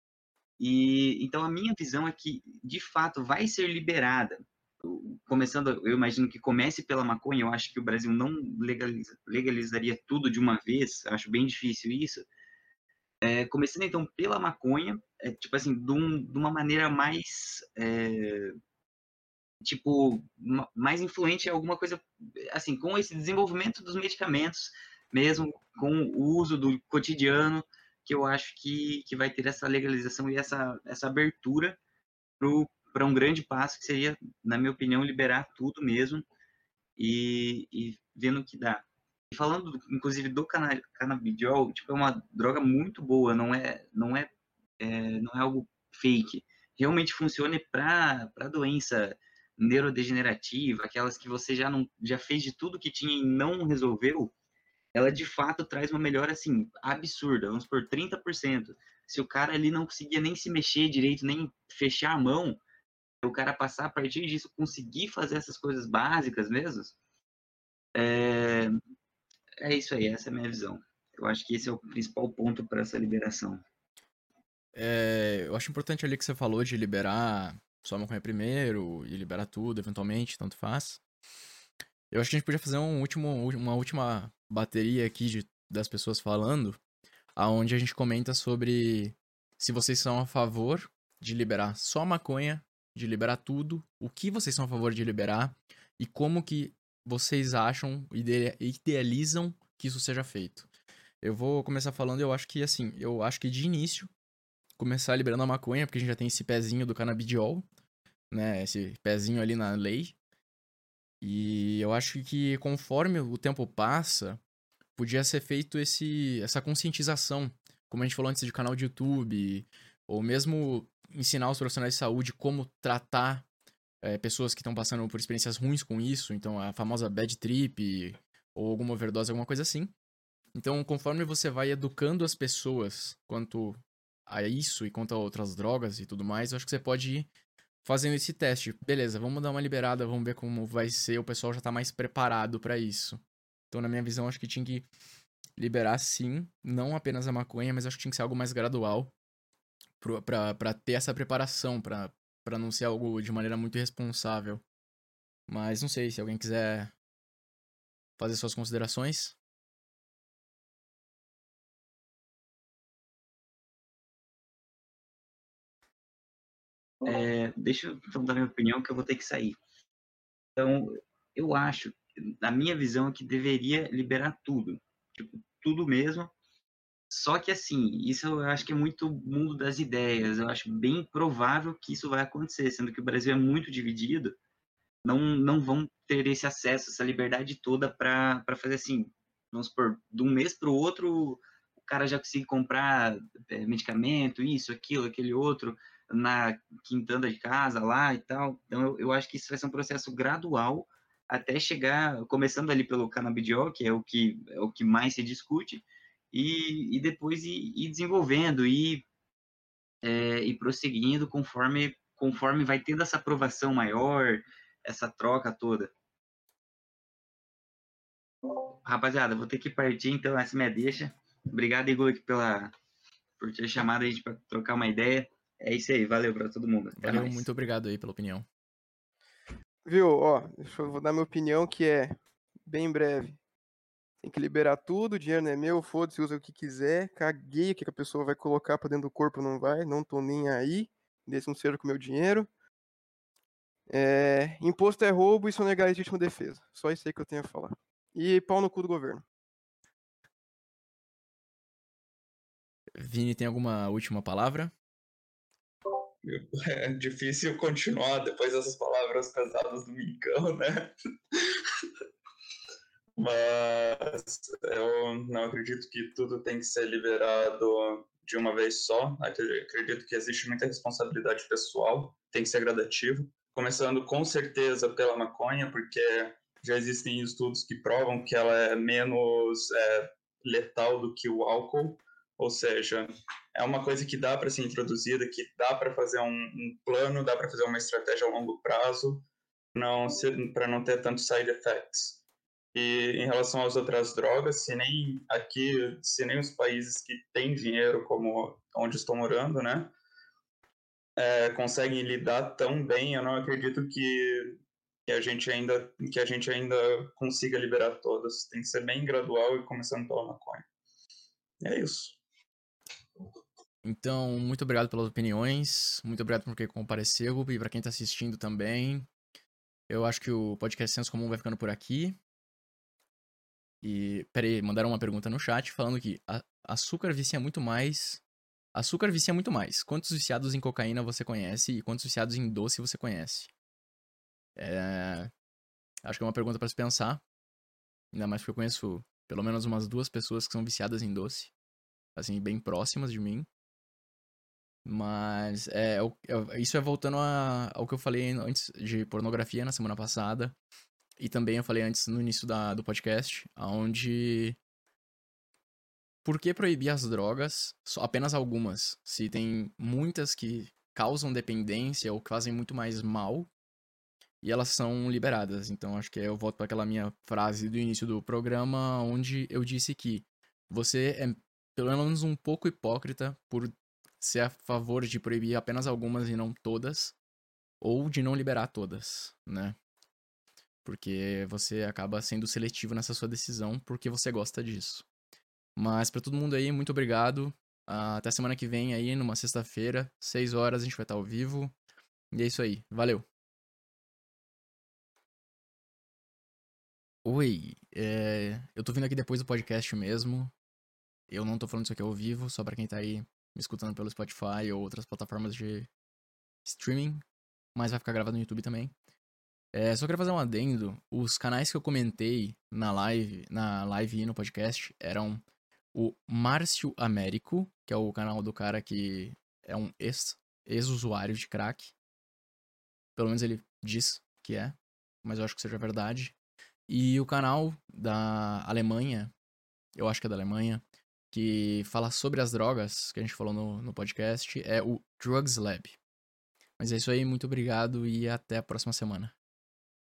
E então a minha visão é que de fato vai ser liberada. Começando, eu imagino que comece pela maconha, eu acho que o Brasil não legaliza, legalizaria tudo de uma vez, acho bem difícil isso. É, começando então pela maconha, é, tipo assim, de, um, de uma maneira mais, é, tipo, ma- mais influente, alguma coisa, assim, com esse desenvolvimento dos medicamentos, mesmo com o uso do cotidiano, que eu acho que, que vai ter essa legalização e essa, essa abertura para um grande passo, que seria, na minha opinião, liberar tudo mesmo e, e vendo o que dá. E falando, inclusive, do cana canabidiol, tipo, é uma droga muito boa, não é, não é, é não é algo fake. Realmente funciona para para doença neurodegenerativa, aquelas que você já não já fez de tudo que tinha e não resolveu, ela de fato traz uma melhora assim absurda, vamos por trinta por cento. Se o cara ali não conseguia nem se mexer direito, nem fechar a mão, o cara passar a partir disso conseguir fazer essas coisas básicas mesmo, é, é isso aí, essa é a minha visão. Eu acho que esse é o principal ponto para essa liberação. É... Eu acho importante ali que você falou de liberar só a maconha primeiro e liberar tudo, eventualmente, tanto faz. Eu acho que a gente podia fazer um último, uma última bateria aqui de, das pessoas falando, aonde a gente comenta sobre se vocês são a favor de liberar só a maconha, de liberar tudo, o que vocês são a favor de liberar e como que vocês acham, ide- idealizam que isso seja feito. Eu vou começar falando, eu acho que assim, eu acho que de início, começar liberando a maconha, porque a gente já tem esse pezinho do canabidiol, né, esse pezinho ali na lei, e eu acho que conforme o tempo passa, podia ser feito esse, essa conscientização, como a gente falou antes de canal de YouTube, ou mesmo ensinar os profissionais de saúde como tratar é, pessoas que estão passando por experiências ruins com isso, então a famosa bad trip, ou alguma overdose, alguma coisa assim. Então, conforme você vai educando as pessoas quanto a isso e quanto a outras drogas e tudo mais, eu acho que você pode ir fazendo esse teste. Beleza, vamos dar uma liberada, vamos ver como vai ser, o pessoal já tá mais preparado pra isso. Então, na minha visão, acho que tinha que liberar sim, não apenas a maconha, mas acho que tinha que ser algo mais gradual pro- pra, pra ter essa preparação, pra, pra não ser algo de maneira muito irresponsável. Mas não sei, se alguém quiser fazer suas considerações. É, deixa eu então dar minha opinião, que eu vou ter que sair. Então, eu acho, na minha visão, é que deveria liberar tudo. Tipo, tudo mesmo. Só que, assim, isso eu acho que é muito mundo das ideias. Eu acho bem provável que isso vai acontecer, sendo que o Brasil é muito dividido. Não, não vão ter esse acesso, essa liberdade toda para fazer assim, vamos supor, de um mês para o outro, o cara já consegue comprar é, medicamento, isso, aquilo, aquele outro, na quintanda de casa lá e tal. Então, eu, eu acho que isso vai ser um processo gradual até chegar, começando ali pelo canabidiol, que é o que, é o que mais se discute, e, e depois ir, ir desenvolvendo, ir, é, ir prosseguindo conforme, conforme vai tendo essa aprovação maior, essa troca toda. Rapaziada, vou ter que partir, então essa é minha deixa. Obrigado, Igor, pela, por ter chamado a gente para trocar uma ideia. É isso aí, valeu para todo mundo. Até Valeu, mais. muito obrigado aí pela opinião. Viu? Ó, deixa eu vou dar minha opinião, que é bem breve. Tem que liberar tudo, o dinheiro não é meu, foda-se, usa o que quiser. Caguei o que a pessoa vai colocar pra dentro do corpo, não vai, não tô nem aí. Desse não seja com o meu dinheiro. É, imposto é roubo e sonegar é legítima defesa. Só isso aí que eu tenho a falar. E pau no cu do governo. Vini, tem alguma última palavra? É difícil continuar depois dessas palavras pesadas do Micão, né? Mas eu não acredito que tudo tem que ser liberado de uma vez só. Acredito que existe muita responsabilidade pessoal, tem que ser gradativo. Começando com certeza pela maconha, porque já existem estudos que provam que ela é menos é, letal do que o álcool. Ou seja, é uma coisa que dá para ser introduzida, que dá para fazer um, um plano, dá para fazer uma estratégia a longo prazo, não para não ter tantos side effects. E em relação às outras drogas, se nem aqui, se nem os países que têm dinheiro, como onde estou morando, né, é, conseguem lidar tão bem, eu não acredito que, que a gente ainda que a gente ainda consiga liberar todas. Tem que ser bem gradual e começando pela maconha. É isso. Então, muito obrigado pelas opiniões, muito obrigado por quem compareceu e pra quem tá assistindo também. Eu acho que o podcast Senso Comum vai ficando por aqui. E, peraí, mandaram uma pergunta no chat falando que a- açúcar vicia muito mais. Açúcar vicia muito mais. Quantos viciados em cocaína você conhece e quantos viciados em doce você conhece? É... Acho que é uma pergunta pra se pensar. Ainda mais porque eu conheço pelo menos umas duas pessoas que são viciadas em doce. Assim, bem próximas de mim. Mas é, o- é- isso é voltando a- ao que eu falei antes de pornografia na semana passada. E também eu falei antes no início da, do podcast, onde. Por que proibir as drogas? Só, apenas algumas. Se tem muitas que causam dependência ou que fazem muito mais mal. E elas são liberadas. Então acho que eu volto para aquela minha frase do início do programa, onde eu disse que você é pelo menos um pouco hipócrita por ser a favor de proibir apenas algumas e não todas, ou de não liberar todas, né? Porque você acaba sendo seletivo nessa sua decisão porque você gosta disso. Mas pra todo mundo aí, muito obrigado. Ah, até semana que vem aí, numa sexta-feira, seis horas, a gente vai estar ao vivo. E é isso aí. Valeu. Oi, é... eu tô vindo aqui depois do podcast mesmo. Eu não tô falando isso aqui ao vivo, só pra quem tá aí me escutando pelo Spotify ou outras plataformas de streaming. Mas vai ficar gravado no YouTube também. É, só queria fazer um adendo. Os canais que eu comentei na live, na live e no podcast eram o Márcio Américo, que é o canal do cara que é um ex, ex-usuário de crack. Pelo menos ele diz que é, mas eu acho que seja verdade. E o canal da Alemanha, eu acho que é da Alemanha, que fala sobre as drogas, que a gente falou no, no podcast, é o Drugs Lab. Mas é isso aí, muito obrigado e até a próxima semana.